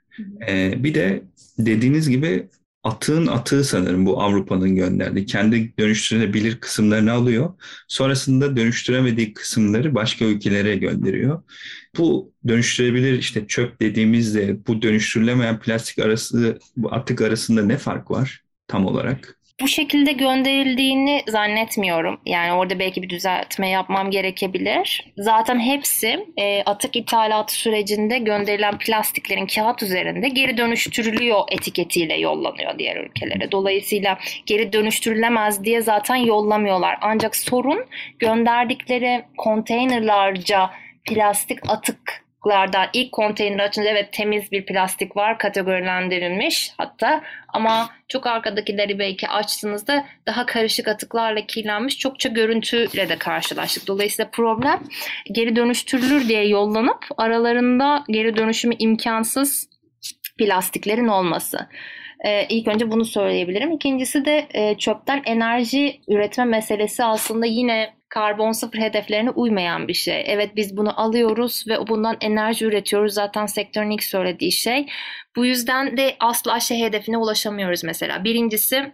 Ee, bir de dediğiniz gibi atığın atığı sanırım bu Avrupa'nın gönderdiği. Kendi dönüştürülebilir kısımlarını alıyor. Sonrasında dönüştüremediği kısımları başka ülkelere gönderiyor. Bu dönüştürülebilir işte çöp dediğimizde bu dönüştürülemeyen plastik arası, bu atık arasında ne fark var tam olarak? Bu şekilde gönderildiğini zannetmiyorum. Yani orada belki bir düzeltme yapmam gerekebilir. Zaten hepsi e, atık ithalatı sürecinde gönderilen plastiklerin kağıt üzerinde geri dönüştürülüyor etiketiyle yollanıyor diğer ülkelere. Dolayısıyla geri dönüştürülemez diye zaten yollamıyorlar. Ancak sorun gönderdikleri konteynerlarca plastik atık lardan ilk konteyner açınca evet temiz bir plastik var, kategorilendirilmiş hatta, ama çok arkadakileri belki açtığınızda daha karışık atıklarla kirlenmiş çokça görüntüyle de karşılaştık. Dolayısıyla problem geri dönüştürülür diye yollanıp aralarında geri dönüşümü imkansız plastiklerin olması. Ee, ilk önce bunu söyleyebilirim. İkincisi de e, çöpten enerji üretme meselesi aslında yine karbon sıfır hedeflerine uymayan bir şey. Evet biz bunu alıyoruz ve bundan enerji üretiyoruz. Zaten sektörün ilk söylediği şey. Bu yüzden de asla şey hedefine ulaşamıyoruz mesela. Birincisi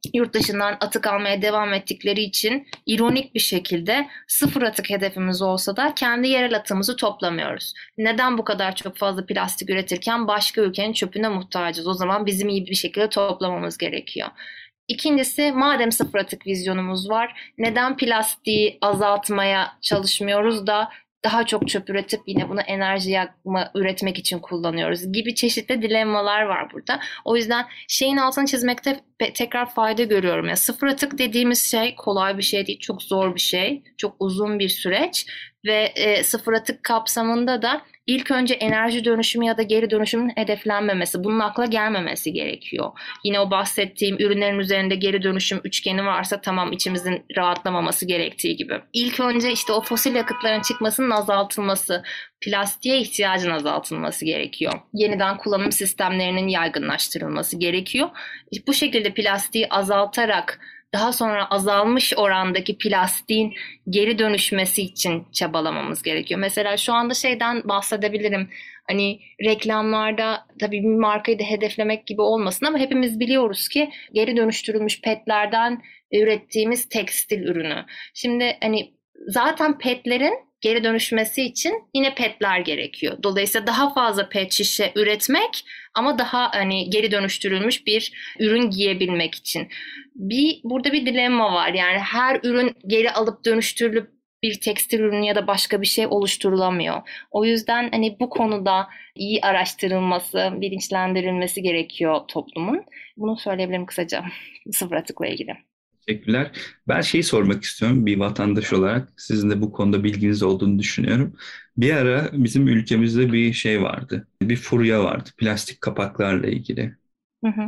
yurt dışından atık almaya devam ettikleri için ironik bir şekilde sıfır atık hedefimiz olsa da kendi yerel atığımızı toplamıyoruz. Neden bu kadar çok fazla plastik üretirken başka ülkenin çöpüne muhtacız? O zaman bizim iyi bir şekilde toplamamız gerekiyor. İkincisi, madem sıfır atık vizyonumuz var, neden plastiği azaltmaya çalışmıyoruz da daha çok çöp üretip yine bunu enerji yakma üretmek için kullanıyoruz gibi çeşitli dilemmalar var burada. O yüzden şeyin altını çizmekte tekrar fayda görüyorum. Yani sıfır atık dediğimiz şey kolay bir şey değil, çok zor bir şey, çok uzun bir süreç ve e, sıfır atık kapsamında da ilk önce enerji dönüşümü ya da geri dönüşümün hedeflenmemesi, bunun akla gelmemesi gerekiyor. Yine o bahsettiğim ürünlerin üzerinde geri dönüşüm üçgeni varsa tamam, içimizin rahatlamaması gerektiği gibi. İlk önce işte o fosil yakıtların çıkmasının azaltılması, plastiğe ihtiyacın azaltılması gerekiyor. Yeniden kullanım sistemlerinin yaygınlaştırılması gerekiyor. Bu şekilde plastiği azaltarak daha sonra azalmış orandaki plastiğin geri dönüşmesi için çabalamamız gerekiyor. Mesela şu anda şeyden bahsedebilirim. Hani reklamlarda tabii bir markayı da hedeflemek gibi olmasın ama hepimiz biliyoruz ki geri dönüştürülmüş petlerden ürettiğimiz tekstil ürünü. Şimdi hani zaten petlerin geri dönüşmesi için yine petler gerekiyor. Dolayısıyla daha fazla pet şişe üretmek ama daha hani geri dönüştürülmüş bir ürün giyebilmek için. Bir burada bir dilemma var. Yani her ürün geri alıp dönüştürülüp bir tekstil ürünü ya da başka bir şey oluşturulamıyor. O yüzden hani bu konuda iyi araştırılması, bilinçlendirilmesi gerekiyor toplumun. Bunu söyleyebilirim kısaca sıfır atıkla ilgili. Teşekkürler. Ben şeyi sormak istiyorum bir vatandaş olarak. Sizin de bu konuda bilginiz olduğunu düşünüyorum. Bir ara bizim ülkemizde bir şey vardı. Bir furya vardı plastik kapaklarla ilgili. Hı hı.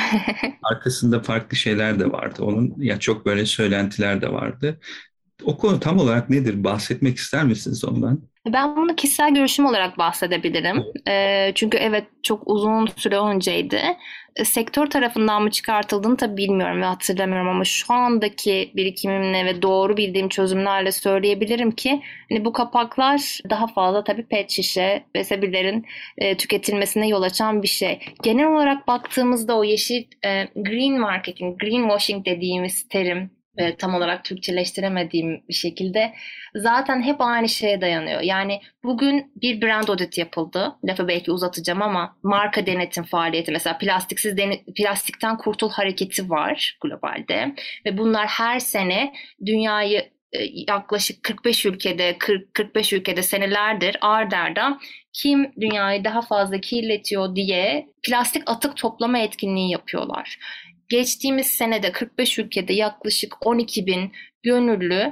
Arkasında farklı şeyler de vardı. Onun ya çok böyle söylentiler de vardı. O konu tam olarak nedir? Bahsetmek ister misiniz ondan? Ben bunu kişisel görüşüm olarak bahsedebilirim. E, çünkü evet çok uzun süre önceydi. E, sektör tarafından mı çıkartıldığını tabii bilmiyorum ve hatırlamıyorum ama şu andaki birikimimle ve doğru bildiğim çözümlerle söyleyebilirim ki hani bu kapaklar daha fazla tabii pet şişe ve sebirlerin e, tüketilmesine yol açan bir şey. Genel olarak baktığımızda o yeşil e, green marketing, greenwashing dediğimiz terim e, tam olarak Türkçeleştiremediğim bir şekilde zaten hep aynı şeye dayanıyor. Yani bugün bir brand audit yapıldı. Lafı belki uzatacağım ama marka denetim faaliyeti mesela plastiksiz deni- plastikten kurtul hareketi var globalde ve bunlar her sene dünyayı e, yaklaşık kırk beş ülkede kırk kırk beş ülkede senelerdir ard arda kim dünyayı daha fazla kirletiyor diye plastik atık toplama etkinliği yapıyorlar. Geçtiğimiz senede kırk beş ülkede yaklaşık on iki bin gönüllü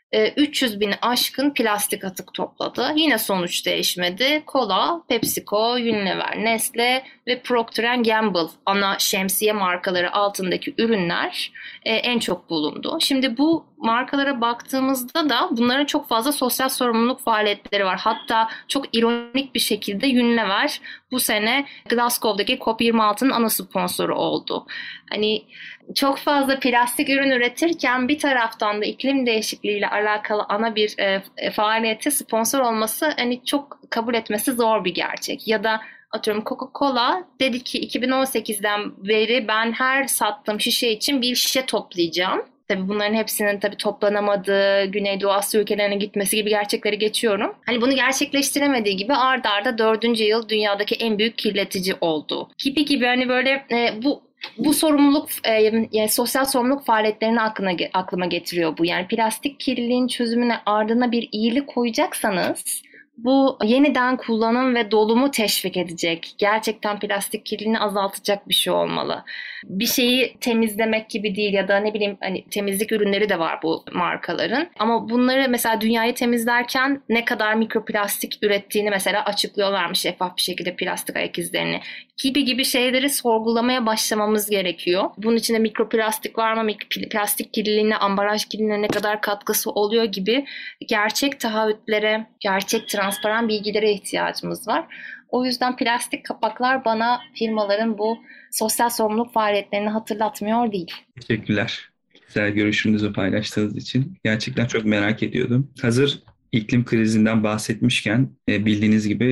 üç yüz bini aşkın plastik atık topladı. Yine sonuç değişmedi. Cola, PepsiCo, Unilever, Nestle ve Procter and Gamble ana şemsiye markaları altındaki ürünler en çok bulundu. Şimdi bu markalara baktığımızda da bunların çok fazla sosyal sorumluluk faaliyetleri var. Hatta çok ironik bir şekilde Unilever bu sene Glasgow'daki COP yirmi altının ana sponsoru oldu. Hani çok fazla plastik ürün üretirken bir taraftan da iklim değişikliğiyle alakalı ana bir e, faaliyete sponsor olması hani çok kabul etmesi zor bir gerçek. Ya da atıyorum Coca-Cola dedi ki iki bin on sekizden beri ben her sattığım şişe için bir şişe toplayacağım. Tabii bunların hepsinin tabii toplanamadığı, Güneydoğu Asya ülkelerine gitmesi gibi gerçekleri geçiyorum. Hani bunu gerçekleştiremediği gibi ard arda dördüncü yıl dünyadaki en büyük kirletici oldu. Gibi gibi hani böyle e, bu Bu sorumluluk, e, yani sosyal sorumluluk faaliyetlerini aklına, aklıma getiriyor bu. Yani plastik kirliliğin çözümüne ardına bir iyilik koyacaksanız bu yeniden kullanım ve dolumu teşvik edecek. Gerçekten plastik kirliliğini azaltacak bir şey olmalı. Bir şeyi temizlemek gibi değil ya da ne bileyim hani temizlik ürünleri de var bu markaların. Ama bunları mesela dünyayı temizlerken ne kadar mikroplastik ürettiğini mesela açıklıyorlarmış şeffaf bir şekilde plastik ayak izlerini. Gibi gibi şeyleri sorgulamaya başlamamız gerekiyor. Bunun içinde mikroplastik var mı? Plastik kirliliğine, ambalaj kirliliğine ne kadar katkısı oluyor gibi gerçek taahhütlere, gerçek transparan bilgilere ihtiyacımız var. O yüzden plastik kapaklar bana firmaların bu sosyal sorumluluk faaliyetlerini hatırlatmıyor değil. Teşekkürler. Güzel görüşünüzü paylaştığınız için. Gerçekten çok merak ediyordum. Hazır iklim krizinden bahsetmişken bildiğiniz gibi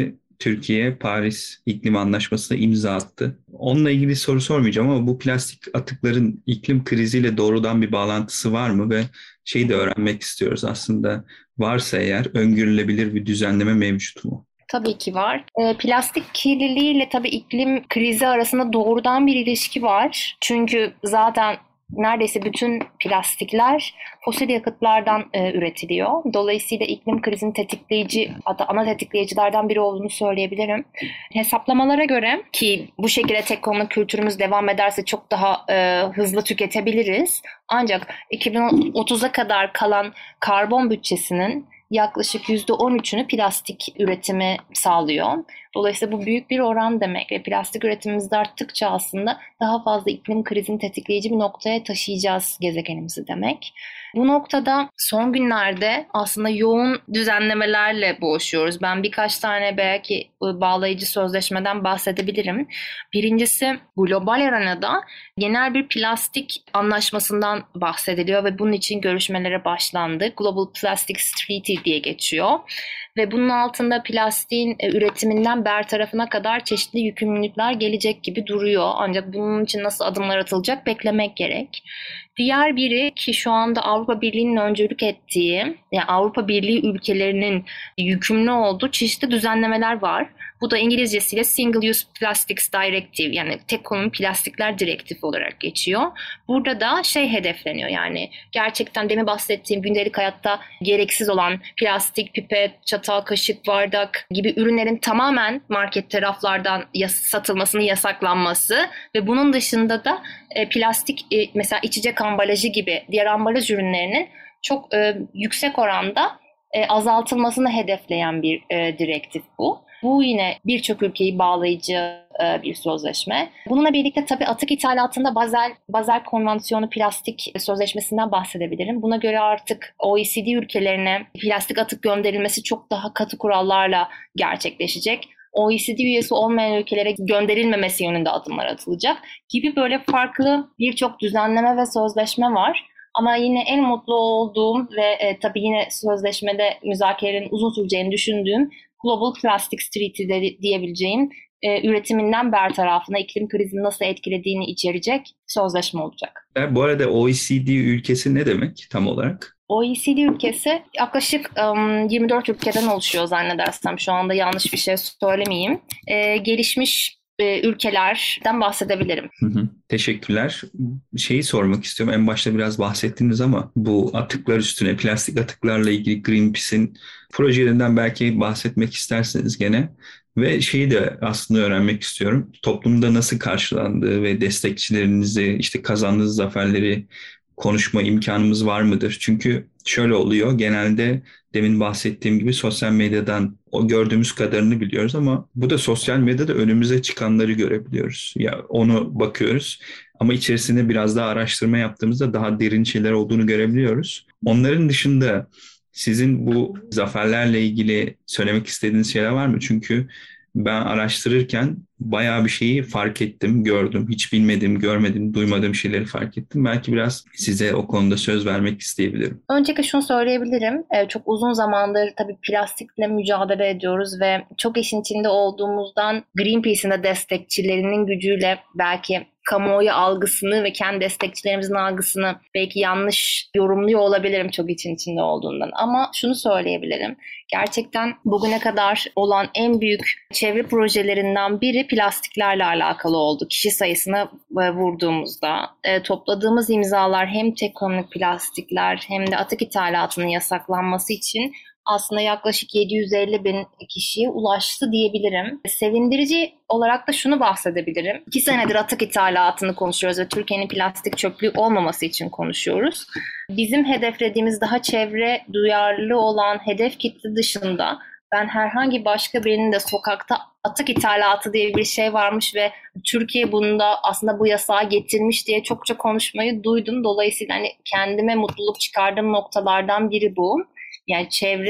Türkiye Paris İklim Anlaşması'na imza attı. Onunla ilgili soru sormayacağım ama bu plastik atıkların iklim kriziyle doğrudan bir bağlantısı var mı ve şeyi de öğrenmek istiyoruz aslında. Varsa eğer öngörülebilir bir düzenleme mevcut mu? Tabii ki var. E, plastik kirliliğiyle tabii iklim krizi arasında doğrudan bir ilişki var. Çünkü zaten neredeyse bütün plastikler fosil yakıtlardan e, üretiliyor. Dolayısıyla iklim krizinin tetikleyici, hatta ana tetikleyicilerden biri olduğunu söyleyebilirim. Hesaplamalara göre, ki bu şekilde teknolojik kültürümüz devam ederse çok daha e, hızlı tüketebiliriz. Ancak iki bin otuza kadar kalan karbon bütçesinin yaklaşık yüzde on üçünü plastik üretimi sağlıyor. Dolayısıyla bu büyük bir oran demek ve plastik üretimimiz de arttıkça aslında daha fazla iklim krizini tetikleyici bir noktaya taşıyacağız gezegenimizi demek. Bu noktada son günlerde aslında yoğun düzenlemelerle boğuşuyoruz. Ben birkaç tane belki bağlayıcı sözleşmeden bahsedebilirim. Birincisi, global arenada genel bir plastik anlaşmasından bahsediliyor ve bunun için görüşmelere başlandı. Global Plastics Treaty diye geçiyor. Ve bunun altında plastiğin üretiminden bertarafına kadar çeşitli yükümlülükler gelecek gibi duruyor. Ancak bunun için nasıl adımlar atılacak beklemek gerek. Diğer biri, ki şu anda Avrupa Birliği'nin öncülük ettiği, yani Avrupa Birliği ülkelerinin yükümlü olduğu çeşitli düzenlemeler var. Bu da İngilizcesiyle Single Use Plastics Directive, yani tek kullanım plastikler direktifi olarak geçiyor. Burada da şey hedefleniyor, yani gerçekten demin bahsettiğim gündelik hayatta gereksiz olan plastik, pipet, çatal, kaşık, bardak gibi ürünlerin tamamen market raflardan satılmasının yasaklanması ve bunun dışında da e, plastik e, mesela içecek ambalajı gibi diğer ambalaj ürünlerinin çok e, yüksek oranda e, azaltılmasını hedefleyen bir e, direktif bu. Bu yine birçok ülkeyi bağlayıcı e, bir sözleşme. Bununla birlikte tabii atık ithalatında Basel, Basel Konvansiyonu Plastik Sözleşmesi'nden bahsedebilirim. Buna göre artık O E C D ülkelerine plastik atık gönderilmesi çok daha katı kurallarla gerçekleşecek. O E C D üyesi olmayan ülkelere gönderilmemesi yönünde adımlar atılacak gibi böyle farklı birçok düzenleme ve sözleşme var. Ama yine en mutlu olduğum ve e, tabii yine sözleşmede müzakerelerin uzun süreceğini düşündüğüm Global Plastics Treaty de, diyebileceğim e, üretiminden bertarafına iklim krizini nasıl etkilediğini içerecek sözleşme olacak. Bu arada O E C D ülkesi ne demek tam olarak? O E C D ülkesi yaklaşık um, yirmi dört ülkeden oluşuyor zannedersem. Şu anda yanlış bir şey söylemeyeyim. E, gelişmiş e, ülkelerden bahsedebilirim. Hı hı. Teşekkürler. Şeyi sormak istiyorum. En başta biraz bahsettiniz ama bu atıklar üstüne, plastik atıklarla ilgili Greenpeace'in projelerinden belki bahsetmek isterseniz gene. Ve şeyi de aslında öğrenmek istiyorum. Toplumda nasıl karşılandığı ve destekçilerinizi, işte kazandığınız zaferleri konuşma imkanımız var mıdır? Çünkü şöyle oluyor. Genelde demin bahsettiğim gibi sosyal medyadan o gördüğümüz kadarını biliyoruz ama bu da sosyal medyada önümüze çıkanları görebiliyoruz. Ya onu bakıyoruz ama içerisinde biraz daha araştırma yaptığımızda daha derin şeyler olduğunu görebiliyoruz. Onların dışında sizin bu zaferlerle ilgili söylemek istediğiniz şeyler var mı? Çünkü ben araştırırken bayağı bir şeyi fark ettim, gördüm. Hiç bilmediğim, görmediğim, duymadığım şeyleri fark ettim. Belki biraz size o konuda söz vermek isteyebilirim. Öncelikle şunu söyleyebilirim. Ee, çok uzun zamandır tabii plastikle mücadele ediyoruz ve çok işin içinde olduğumuzdan Greenpeace'in de destekçilerinin gücüyle belki kamuoyu algısını ve kendi destekçilerimizin algısını belki yanlış yorumluyor olabilirim çok için içinde olduğundan. Ama şunu söyleyebilirim. Gerçekten bugüne kadar olan en büyük çevre projelerinden biri plastiklerle alakalı oldu. Kişi sayısına vurduğumuzda e, topladığımız imzalar hem teknolojik plastikler hem de atık ithalatının yasaklanması için aslında yaklaşık yedi yüz elli bin kişiye ulaştı diyebilirim. Sevindirici olarak da şunu bahsedebilirim. İki senedir atık ithalatını konuşuyoruz ve Türkiye'nin plastik çöplüğü olmaması için konuşuyoruz. Bizim hedeflediğimiz daha çevre duyarlı olan hedef kitle dışında ben herhangi başka birinin de sokakta atık ithalatı diye bir şey varmış ve Türkiye bunda aslında bu yasağı getirmiş diye çokça konuşmayı duydum. Dolayısıyla hani kendime mutluluk çıkardığım noktalardan biri bu. Yani çevre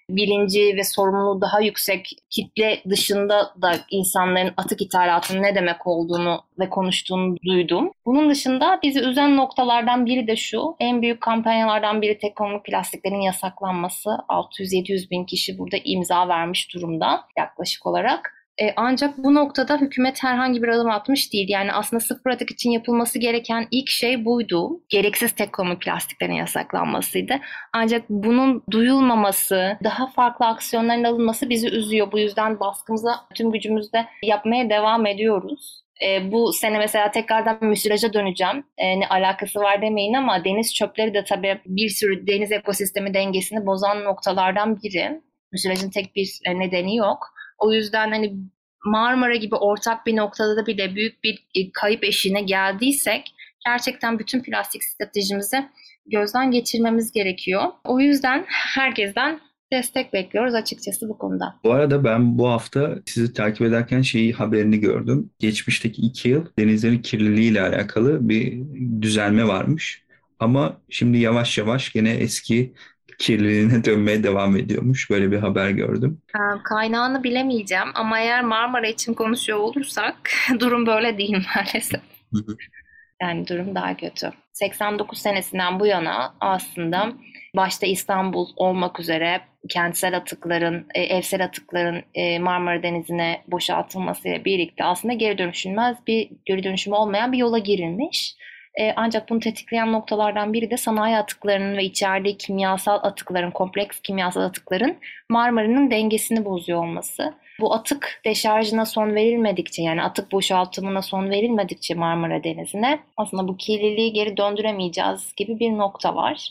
bilinci ve sorumluluğu daha yüksek kitle dışında da insanların atık ithalatının ne demek olduğunu ve konuştuğunu duydum. Bunun dışında bizi üzen noktalardan biri de şu, en büyük kampanyalardan biri teknolojik plastiklerin yasaklanması. altı yüz yedi yüz bin kişi burada imza vermiş durumda yaklaşık olarak. E, ancak bu noktada hükümet herhangi bir adım atmış değil. Yani aslında sıfır atık için yapılması gereken ilk şey buydu. Gereksiz teknolojik plastiklerin yasaklanmasıydı. Ancak bunun duyulmaması, daha farklı aksiyonların alınması bizi üzüyor. Bu yüzden baskımızı tüm gücümüzle yapmaya devam ediyoruz. E, bu sene mesela tekrardan müsilaja döneceğim. E, ne alakası var demeyin ama deniz çöpleri de tabii bir sürü deniz ekosistemi dengesini bozan noktalardan biri. Müsilajın tek bir nedeni yok. O yüzden hani Marmara gibi ortak bir noktada da bile büyük bir kayıp eşiğine geldiysek gerçekten bütün plastik stratejimizi gözden geçirmemiz gerekiyor. O yüzden herkesten destek bekliyoruz açıkçası bu konuda. Bu arada ben bu hafta sizi takip ederken şeyi haberini gördüm. Geçmişteki iki yıl denizlerin kirliliği ile alakalı bir düzelme varmış. Ama şimdi yavaş yavaş gene eski kirliliğine dönmeye devam ediyormuş. Böyle bir haber gördüm. Kaynağını bilemeyeceğim ama eğer Marmara için konuşuyor olursak durum böyle değil maalesef. Hı hı. Yani durum daha kötü. seksen dokuz senesinden bu yana aslında başta İstanbul olmak üzere kentsel atıkların, evsel atıkların Marmara Denizi'ne boşaltılmasıyla birlikte aslında geri dönüşülmez bir, geri dönüşüm olmayan bir yola girilmiş. Ancak bunu tetikleyen noktalardan biri de sanayi atıklarının ve içerdiği kimyasal atıkların, kompleks kimyasal atıkların Marmara'nın dengesini bozuyor olması. Bu atık deşarjına son verilmedikçe, yani atık boşaltımına son verilmedikçe Marmara Denizi'ne aslında bu kirliliği geri döndüremeyeceğiz gibi bir nokta var.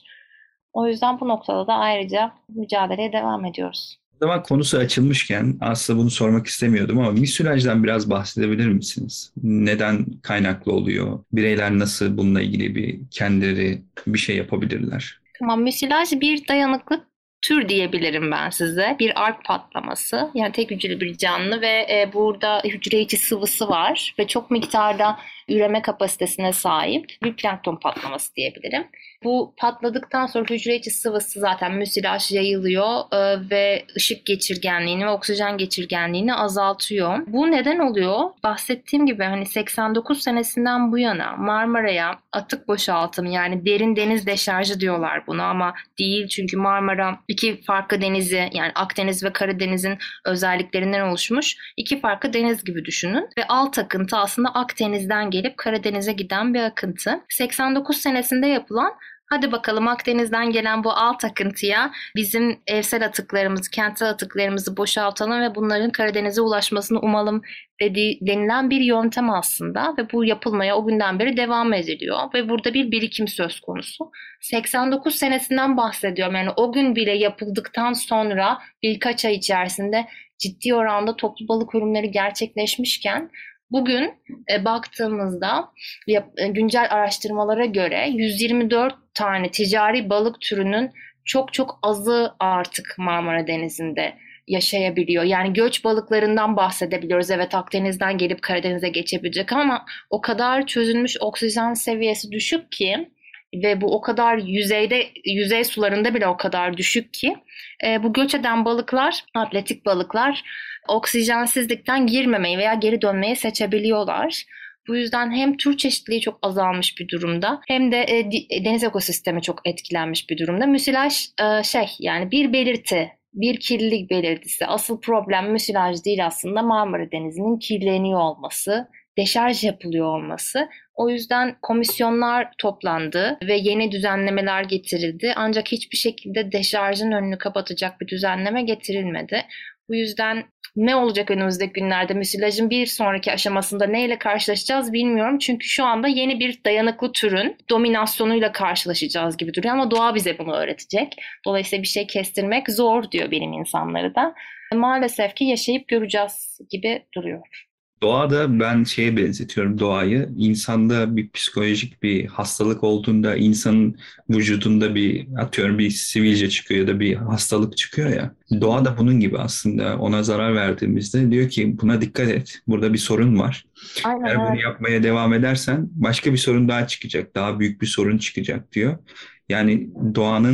O yüzden bu noktada da ayrıca mücadeleye devam ediyoruz. O zaman konusu açılmışken aslında bunu sormak istemiyordum ama müsilajdan biraz bahsedebilir misiniz? Neden kaynaklı oluyor? Bireyler nasıl bununla ilgili bir kendileri bir şey yapabilirler? Tamam, müsilaj bir dayanıklı tür diyebilirim ben size. Bir ark patlaması. Yani tek hücreli bir canlı ve e, burada hücre içi sıvısı var ve çok miktarda üreme kapasitesine sahip bir plankton patlaması diyebilirim. Bu patladıktan sonra hücre içi sıvısı zaten müsilaj yayılıyor e, ve ışık geçirgenliğini ve oksijen geçirgenliğini azaltıyor. Bu neden oluyor? Bahsettiğim gibi hani seksen dokuz senesinden bu yana Marmara'ya atık boşaltımı, yani derin deniz deşarjı diyorlar buna ama değil, çünkü Marmara iki farklı denizi, yani Akdeniz ve Karadeniz'in özelliklerinden oluşmuş iki farklı deniz gibi düşünün ve alt akıntı aslında Akdeniz'den gelip Karadeniz'e giden bir akıntı. seksen dokuz senesinde yapılan, hadi bakalım Akdeniz'den gelen bu alt akıntıya bizim evsel atıklarımızı, kentsel atıklarımızı boşaltalım ve bunların Karadeniz'e ulaşmasını umalım dediği, denilen bir yöntem aslında ve bu yapılmaya o günden beri devam ediliyor ve burada bir birikim söz konusu. seksen dokuz senesinden bahsediyorum, yani o gün bile yapıldıktan sonra birkaç ay içerisinde ciddi oranda toplu balık ölümleri gerçekleşmişken bugün e, baktığımızda e, güncel araştırmalara göre yüz yirmi dört tane ticari balık türünün çok çok azı artık Marmara Denizi'nde yaşayabiliyor. Yani göç balıklarından bahsedebiliyoruz. Evet, Akdeniz'den gelip Karadeniz'e geçebilecek ama o kadar çözülmüş, oksijen seviyesi düşük ki ve bu o kadar yüzeyde, yüzey sularında bile o kadar düşük ki e, bu göç eden balıklar, atletik balıklar oksijensizlikten girmemeyi veya geri dönmeyi seçebiliyorlar. Bu yüzden hem tür çeşitliliği çok azalmış bir durumda hem de e, deniz ekosistemi çok etkilenmiş bir durumda. Müsilaj e, şey yani bir belirti, bir kirlilik belirtisi. Asıl problem müsilaj değil aslında, Marmara Denizi'nin kirleniyor olması, deşarj yapılıyor olması. O yüzden komisyonlar toplandı ve yeni düzenlemeler getirildi. Ancak hiçbir şekilde deşarjın önünü kapatacak bir düzenleme getirilmedi. Bu yüzden ne olacak önümüzdeki günlerde, müsilajın bir sonraki aşamasında neyle karşılaşacağız bilmiyorum. Çünkü şu anda yeni bir dayanıklı türün dominasyonuyla karşılaşacağız gibi duruyor ama doğa bize bunu öğretecek. Dolayısıyla bir şey kestirmek zor diyor bilim insanları da. Maalesef ki yaşayıp göreceğiz gibi duruyor. Doğada ben şeye benzetiyorum doğayı. İnsanda bir psikolojik bir hastalık olduğunda insanın vücudunda bir atıyorum bir sivilce çıkıyor ya da bir hastalık çıkıyor ya. Doğa da bunun gibi aslında. Ona zarar verdiğimizde diyor ki buna dikkat et. Burada bir sorun var. Aynen, Eğer bunu evet. yapmaya devam edersen başka bir sorun daha çıkacak. Daha büyük bir sorun çıkacak diyor. Yani doğanın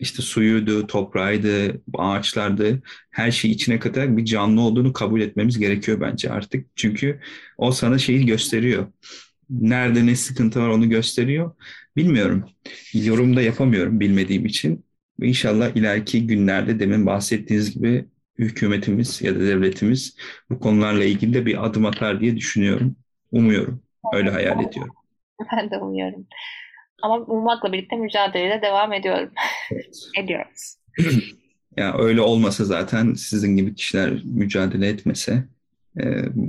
işte suyuydu, toprağıydı, ağaçlardı, her şeyi içine katarak bir canlı olduğunu kabul etmemiz gerekiyor bence artık. Çünkü o sana şeyi gösteriyor. Nerede ne sıkıntı var onu gösteriyor. Bilmiyorum. Yorum da yapamıyorum bilmediğim için. İnşallah ileriki günlerde demin bahsettiğiniz gibi hükümetimiz ya da devletimiz bu konularla ilgili de bir adım atar diye düşünüyorum. Umuyorum. Öyle hayal ediyorum. Ben de umuyorum. Ama ummakla birlikte mücadeleye devam ediyorum. Evet. Ediyoruz. Ya öyle olmasa zaten sizin gibi kişiler mücadele etmese e,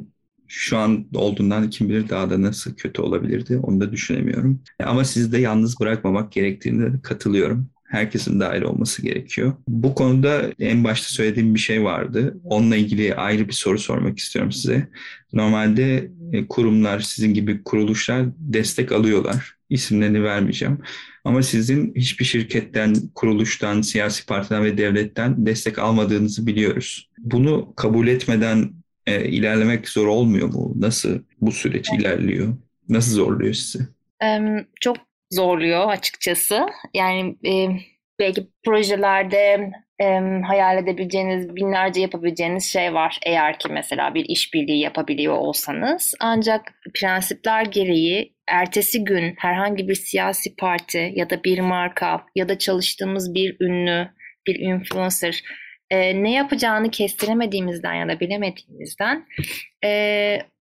şu an olduğundan kim bilir daha da nasıl kötü olabilirdi onu da düşünemiyorum. Ama sizi de yalnız bırakmamak gerektiğine de katılıyorum. Herkesin dahil olması gerekiyor. Bu konuda en başta söylediğim bir şey vardı. Onunla ilgili ayrı bir soru sormak istiyorum size. Normalde e, kurumlar, sizin gibi kuruluşlar destek alıyorlar. İsimlerini vermeyeceğim. Ama sizin hiçbir şirketten, kuruluştan, siyasi partiden ve devletten destek almadığınızı biliyoruz. Bunu kabul etmeden e, ilerlemek zor olmuyor mu? Nasıl bu süreç ilerliyor? Nasıl zorluyor sizi? Em, çok zorluyor açıkçası. Yani e, belki projelerde em, hayal edebileceğiniz, binlerce yapabileceğiniz şey var. Eğer ki mesela bir işbirliği yapabiliyor olsanız. Ancak prensipler gereği ertesi gün herhangi bir siyasi parti ya da bir marka ya da çalıştığımız bir ünlü, bir influencer e, ne yapacağını kestiremediğimizden ya da bilemediğimizden e,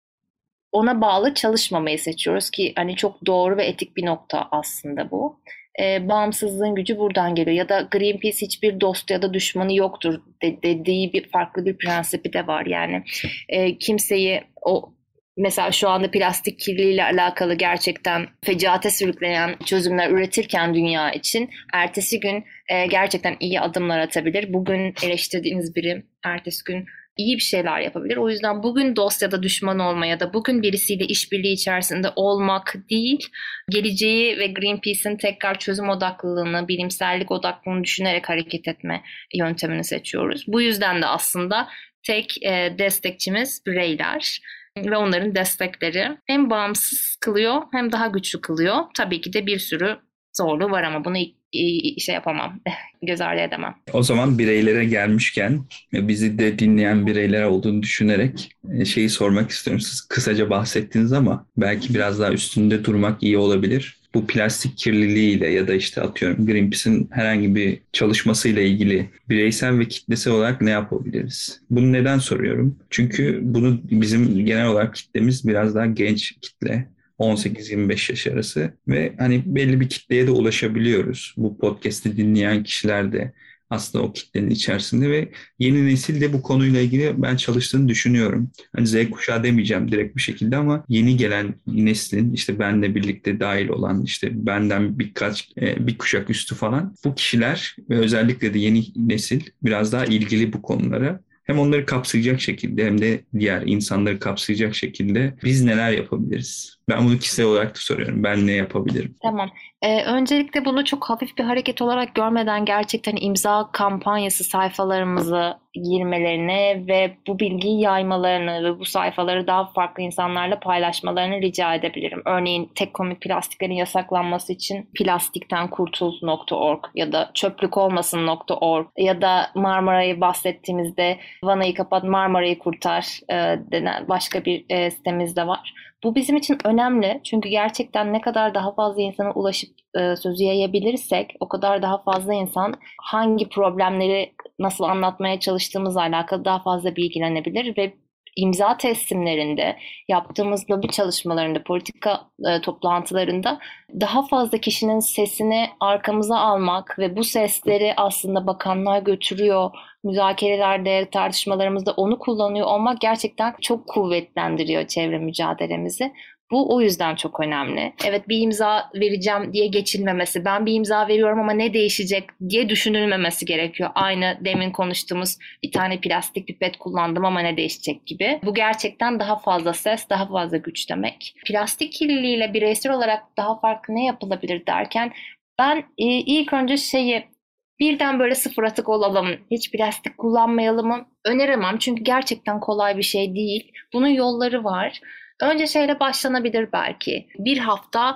ona bağlı çalışmamayı seçiyoruz ki hani çok doğru ve etik bir nokta aslında bu. Ee, bağımsızlığın gücü buradan geliyor. Ya da Greenpeace hiçbir dostu ya da düşmanı yoktur de- dediği bir farklı bir prensibi de var. Yani e, kimseyi o mesela şu anda plastik kirliliğiyle alakalı gerçekten fecaate sürükleyen çözümler üretirken dünya için ertesi gün e, gerçekten iyi adımlar atabilir. Bugün eleştirdiğiniz biri ertesi gün iyi bir şeyler yapabilir. O yüzden bugün dost ya da düşman olma ya da bugün birisiyle işbirliği içerisinde olmak değil, geleceği ve Greenpeace'in tekrar çözüm odaklılığını, bilimsellik odaklılığını düşünerek hareket etme yöntemini seçiyoruz. Bu yüzden de aslında tek e, destekçimiz bireyler ve onların destekleri hem bağımsız kılıyor hem daha güçlü kılıyor. Tabii ki de bir sürü zorluğu var ama bunu şey yapamam, göz ardı edemem. O zaman bireylere gelmişken bizi de dinleyen bireyler olduğunu düşünerek şeyi sormak istiyorum. Siz kısaca bahsettiniz ama belki biraz daha üstünde durmak iyi olabilir. Bu plastik kirliliğiyle ya da işte atıyorum Greenpeace'in herhangi bir çalışmasıyla ilgili bireysel ve kitlesel olarak ne yapabiliriz? Bunu neden soruyorum? Çünkü bunu bizim genel olarak kitlemiz biraz daha genç kitle. on sekiz yirmi beş yaş arası ve hani belli bir kitleye de ulaşabiliyoruz. Bu podcast'i dinleyen kişiler de aslında o kitlenin içerisinde ve yeni nesil de bu konuyla ilgili ben çalıştığını düşünüyorum. Hani Z kuşağı demeyeceğim direkt bir şekilde ama yeni gelen neslin işte benle birlikte dahil olan işte benden birkaç bir kuşak üstü falan bu kişiler ve özellikle de yeni nesil biraz daha ilgili bu konulara. Hem onları kapsayacak şekilde hem de diğer insanları kapsayacak şekilde biz neler yapabiliriz? Ben bunu kişisel olarak da soruyorum. Ben ne yapabilirim? Tamam. Ee, öncelikle bunu çok hafif bir hareket olarak görmeden gerçekten imza kampanyası sayfalarımıza girmelerini ve bu bilgiyi yaymalarını ve bu sayfaları daha farklı insanlarla paylaşmalarını rica edebilirim. Örneğin tek komik plastiklerin yasaklanması için plastikten kurtul nokta org ya da çöplük olmasın nokta org ya da Marmara'yı bahsettiğimizde Vanayı kapat Marmara'yı kurtar e, denen başka bir e, sitemiz de var. Bu bizim için önemli çünkü gerçekten ne kadar daha fazla insana ulaşıp e, sözü yayabilirsek o kadar daha fazla insan hangi problemleri nasıl anlatmaya çalıştığımızla alakalı daha fazla bilgilenebilir ve imza teslimlerinde, yaptığımız lobi çalışmalarında, politika e, toplantılarında daha fazla kişinin sesini arkamıza almak ve bu sesleri aslında bakanlığa götürüyor, müzakerelerde, tartışmalarımızda onu kullanıyor olmak gerçekten çok kuvvetlendiriyor çevre mücadelemizi. Bu o yüzden çok önemli. Evet bir imza vereceğim diye geçilmemesi, ben bir imza veriyorum ama ne değişecek diye düşünülmemesi gerekiyor. Aynı demin konuştuğumuz bir tane plastik pipet kullandım ama ne değişecek gibi. Bu gerçekten daha fazla ses, daha fazla güç demek. Plastik kirliliğiyle bireysel olarak daha farklı ne yapılabilir derken ben ilk önce şeyi birden böyle sıfır atık olalım, hiç plastik kullanmayalım mı? Öneremem çünkü gerçekten kolay bir şey değil. Bunun yolları var. Önce şeyle başlanabilir belki. Bir hafta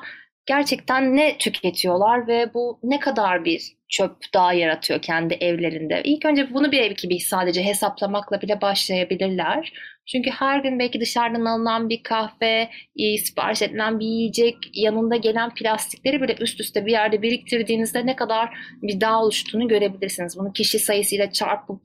gerçekten ne tüketiyorlar ve bu ne kadar bir çöp daha yaratıyor kendi evlerinde. İlk önce bunu bir belki bir sadece hesaplamakla bile başlayabilirler. Çünkü her gün belki dışarıdan alınan bir kahve, sipariş edilen bir yiyecek, yanında gelen plastikleri bile üst üste bir yerde biriktirdiğinizde ne kadar bir dağ oluştuğunu görebilirsiniz. Bunu kişi sayısıyla çarpıp,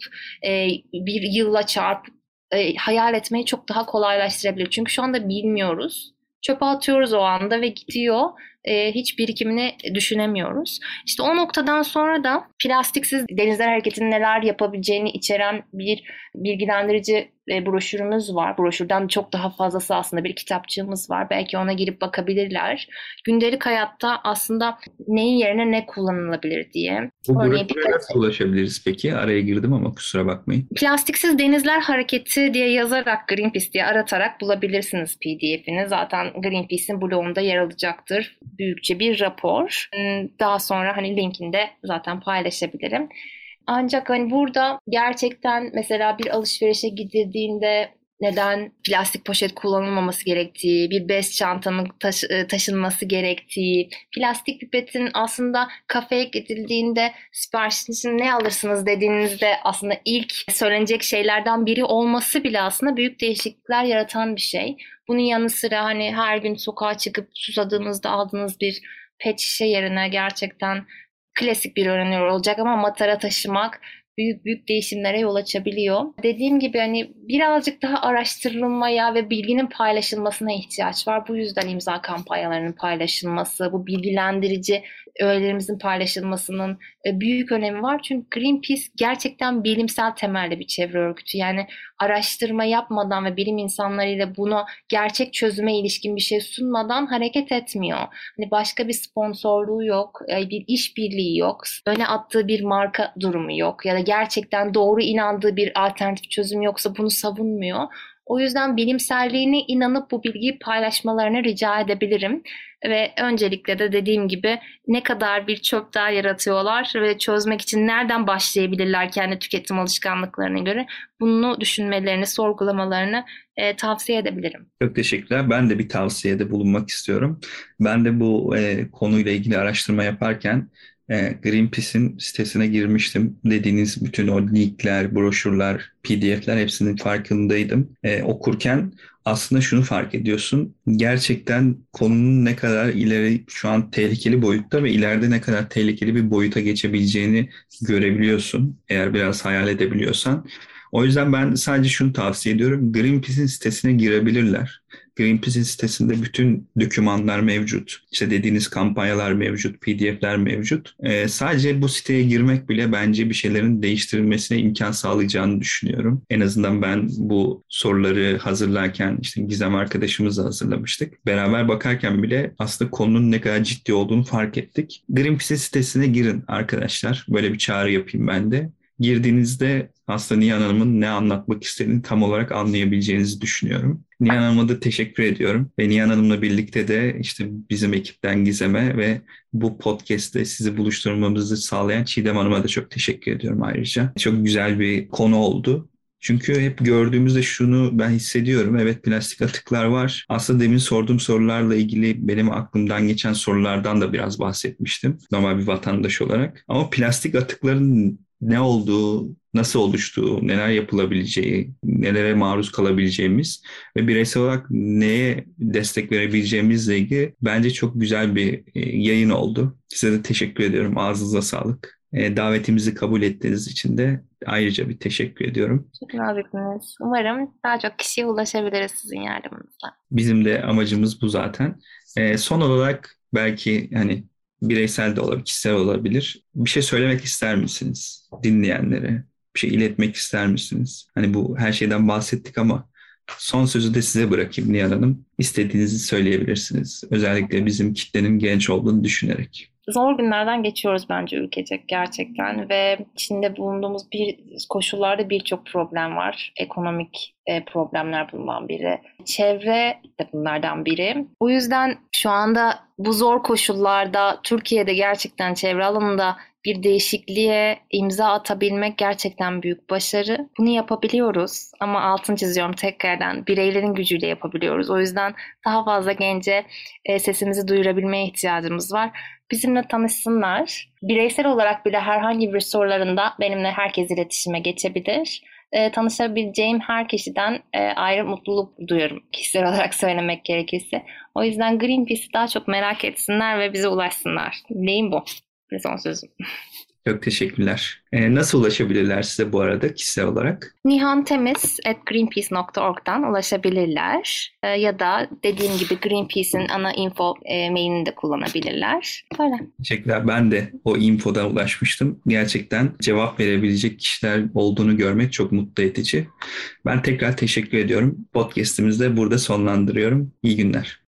bir yılla çarpıp hayal etmeyi çok daha kolaylaştırabilir. Çünkü şu anda bilmiyoruz. Çöpe atıyoruz o anda ve gidiyor. E, hiç birikimini düşünemiyoruz. İşte o noktadan sonra da plastiksiz denizler hareketinin neler yapabileceğini içeren bir bilgilendirici e, broşürümüz var. Broşürden çok daha fazlası aslında bir kitapçığımız var. Belki ona girip bakabilirler. Gündelik hayatta aslında neyin yerine ne kullanılabilir diye. Bu broşüre nasıl ulaşabiliriz peki? Araya girdim ama kusura bakmayın. Plastiksiz Denizler Hareketi diye yazarak Greenpeace diye aratarak bulabilirsiniz P D F'ini. Zaten Greenpeace'in blogunda yer alacaktır. Büyükçe bir rapor. Daha sonra hani linkini de zaten paylaşabilirim. Ancak hani burada gerçekten mesela bir alışverişe gidildiğinde neden plastik poşet kullanılmaması gerektiği, bir bez çantanın taşı, taşınması gerektiği, plastik pipetin aslında kafeye gidildiğinde siparişinizi ne alırsınız dediğinizde aslında ilk söylenecek şeylerden biri olması bile aslında büyük değişiklikler yaratan bir şey. Bunun yanı sıra hani her gün sokağa çıkıp susadığınızda aldığınız bir pet şişe yerine gerçekten klasik bir öneri olacak ama matara taşımak büyük büyük değişimlere yol açabiliyor. Dediğim gibi hani birazcık daha araştırılmaya ve bilginin paylaşılmasına ihtiyaç var. Bu yüzden imza kampanyalarının paylaşılması, bu bilgilendirici öğelerimizin paylaşılmasının büyük önemi var. Çünkü Greenpeace gerçekten bilimsel temelli bir çevre örgütü. Yani araştırma yapmadan ve bilim insanlarıyla bunu gerçek çözüme ilişkin bir şey sunmadan hareket etmiyor. Hani başka bir sponsorluğu yok, bir işbirliği yok, öne attığı bir marka durumu yok ya da gerçekten doğru inandığı bir alternatif çözüm yoksa bunu savunmuyor. O yüzden bilimselliğine inanıp bu bilgiyi paylaşmalarını rica edebilirim. Ve öncelikle de dediğim gibi ne kadar bir çöp daha yaratıyorlar ve çözmek için nereden başlayabilirler kendi tüketim alışkanlıklarına göre bunu düşünmelerini, sorgulamalarını e, tavsiye edebilirim. Çok teşekkürler. Ben de bir tavsiyede bulunmak istiyorum. Ben de bu e, konuyla ilgili araştırma yaparken e, Greenpeace'in sitesine girmiştim. Dediğiniz bütün o linkler, broşürler, P D F'ler hepsinin farkındaydım. E, okurken aslında şunu fark ediyorsun. Gerçekten konunun ne kadar ileri şu an tehlikeli boyutta ve ileride ne kadar tehlikeli bir boyuta geçebileceğini görebiliyorsun. Eğer biraz hayal edebiliyorsan. O yüzden ben sadece şunu tavsiye ediyorum. Greenpeace'in sitesine girebilirler. Greenpeace'in sitesinde bütün dokümanlar mevcut. İşte dediğiniz kampanyalar mevcut, P D F'ler mevcut. Ee, sadece bu siteye girmek bile bence bir şeylerin değiştirilmesine imkan sağlayacağını düşünüyorum. En azından ben bu soruları hazırlarken işte Gizem arkadaşımızla hazırlamıştık. Beraber bakarken bile aslında konunun ne kadar ciddi olduğunu fark ettik. Greenpeace'in sitesine girin arkadaşlar. Böyle bir çağrı yapayım ben de. Girdiğinizde aslında Nihan Hanım'ın ne anlatmak istediğini tam olarak anlayabileceğinizi düşünüyorum. Nihan Hanım'a da teşekkür ediyorum. Ve Nihan Hanım'la birlikte de işte bizim ekipten Gizem'e ve bu podcast'te sizi buluşturmamızı sağlayan Çiğdem Hanım'a da çok teşekkür ediyorum ayrıca. Çok güzel bir konu oldu. Çünkü hep gördüğümüzde şunu ben hissediyorum. Evet, plastik atıklar var. Aslında demin sorduğum sorularla ilgili benim aklımdan geçen sorulardan da biraz bahsetmiştim. Normal bir vatandaş olarak. Ama plastik atıkların ne olduğu, nasıl oluştuğu, neler yapılabileceği, nelere maruz kalabileceğimiz ve bireysel olarak neye destek verebileceğimizle ilgili bence çok güzel bir yayın oldu. Size de teşekkür ediyorum. Ağzınıza sağlık. Davetimizi kabul ettiğiniz için de ayrıca bir teşekkür ediyorum. Çok naziksiniz. Umarım daha çok kişiye ulaşabiliriz sizin yardımınızla. Bizim de amacımız bu zaten. Son olarak belki hani bireysel de olabilir, kişisel olabilir. Bir şey söylemek ister misiniz dinleyenlere? Bir şey iletmek ister misiniz? Hani bu her şeyden bahsettik ama son sözü de size bırakayım Nihan Hanım. İstediğinizi söyleyebilirsiniz. Özellikle bizim kitlenin genç olduğunu düşünerek. Zor günlerden geçiyoruz bence ülkecek gerçekten ve içinde bulunduğumuz bir koşullarda birçok problem var. Ekonomik e, problemler bundan biri. Çevre de bunlardan biri. O yüzden şu anda bu zor koşullarda Türkiye'de gerçekten çevre alanında bir değişikliğe imza atabilmek gerçekten büyük başarı. Bunu yapabiliyoruz ama altını çiziyorum tekrardan, bireylerin gücüyle yapabiliyoruz. O yüzden daha fazla gence e, sesimizi duyurabilmeye ihtiyacımız var. Bizimle tanışsınlar. Bireysel olarak bile herhangi bir sorularında benimle herkes iletişime geçebilir. E, tanışabileceğim her kişiden e, ayrı mutluluk duyuyorum kişisel olarak söylemek gerekirse. O yüzden Greenpeace'i daha çok merak etsinler ve bize ulaşsınlar. Neyim bu? Bir son sözüm. Çok teşekkürler. Ee, nasıl ulaşabilirler size bu arada kişisel olarak? Nihantemiz at greenpeace nokta org'dan ulaşabilirler. Ee, ya da dediğim gibi Greenpeace'in ana info e, mailini de kullanabilirler. Böyle. Teşekkürler. Ben de o infodan ulaşmıştım. Gerçekten cevap verebilecek kişiler olduğunu görmek çok mutlu edici. Ben tekrar teşekkür ediyorum. Podcast'imizi de burada sonlandırıyorum. İyi günler.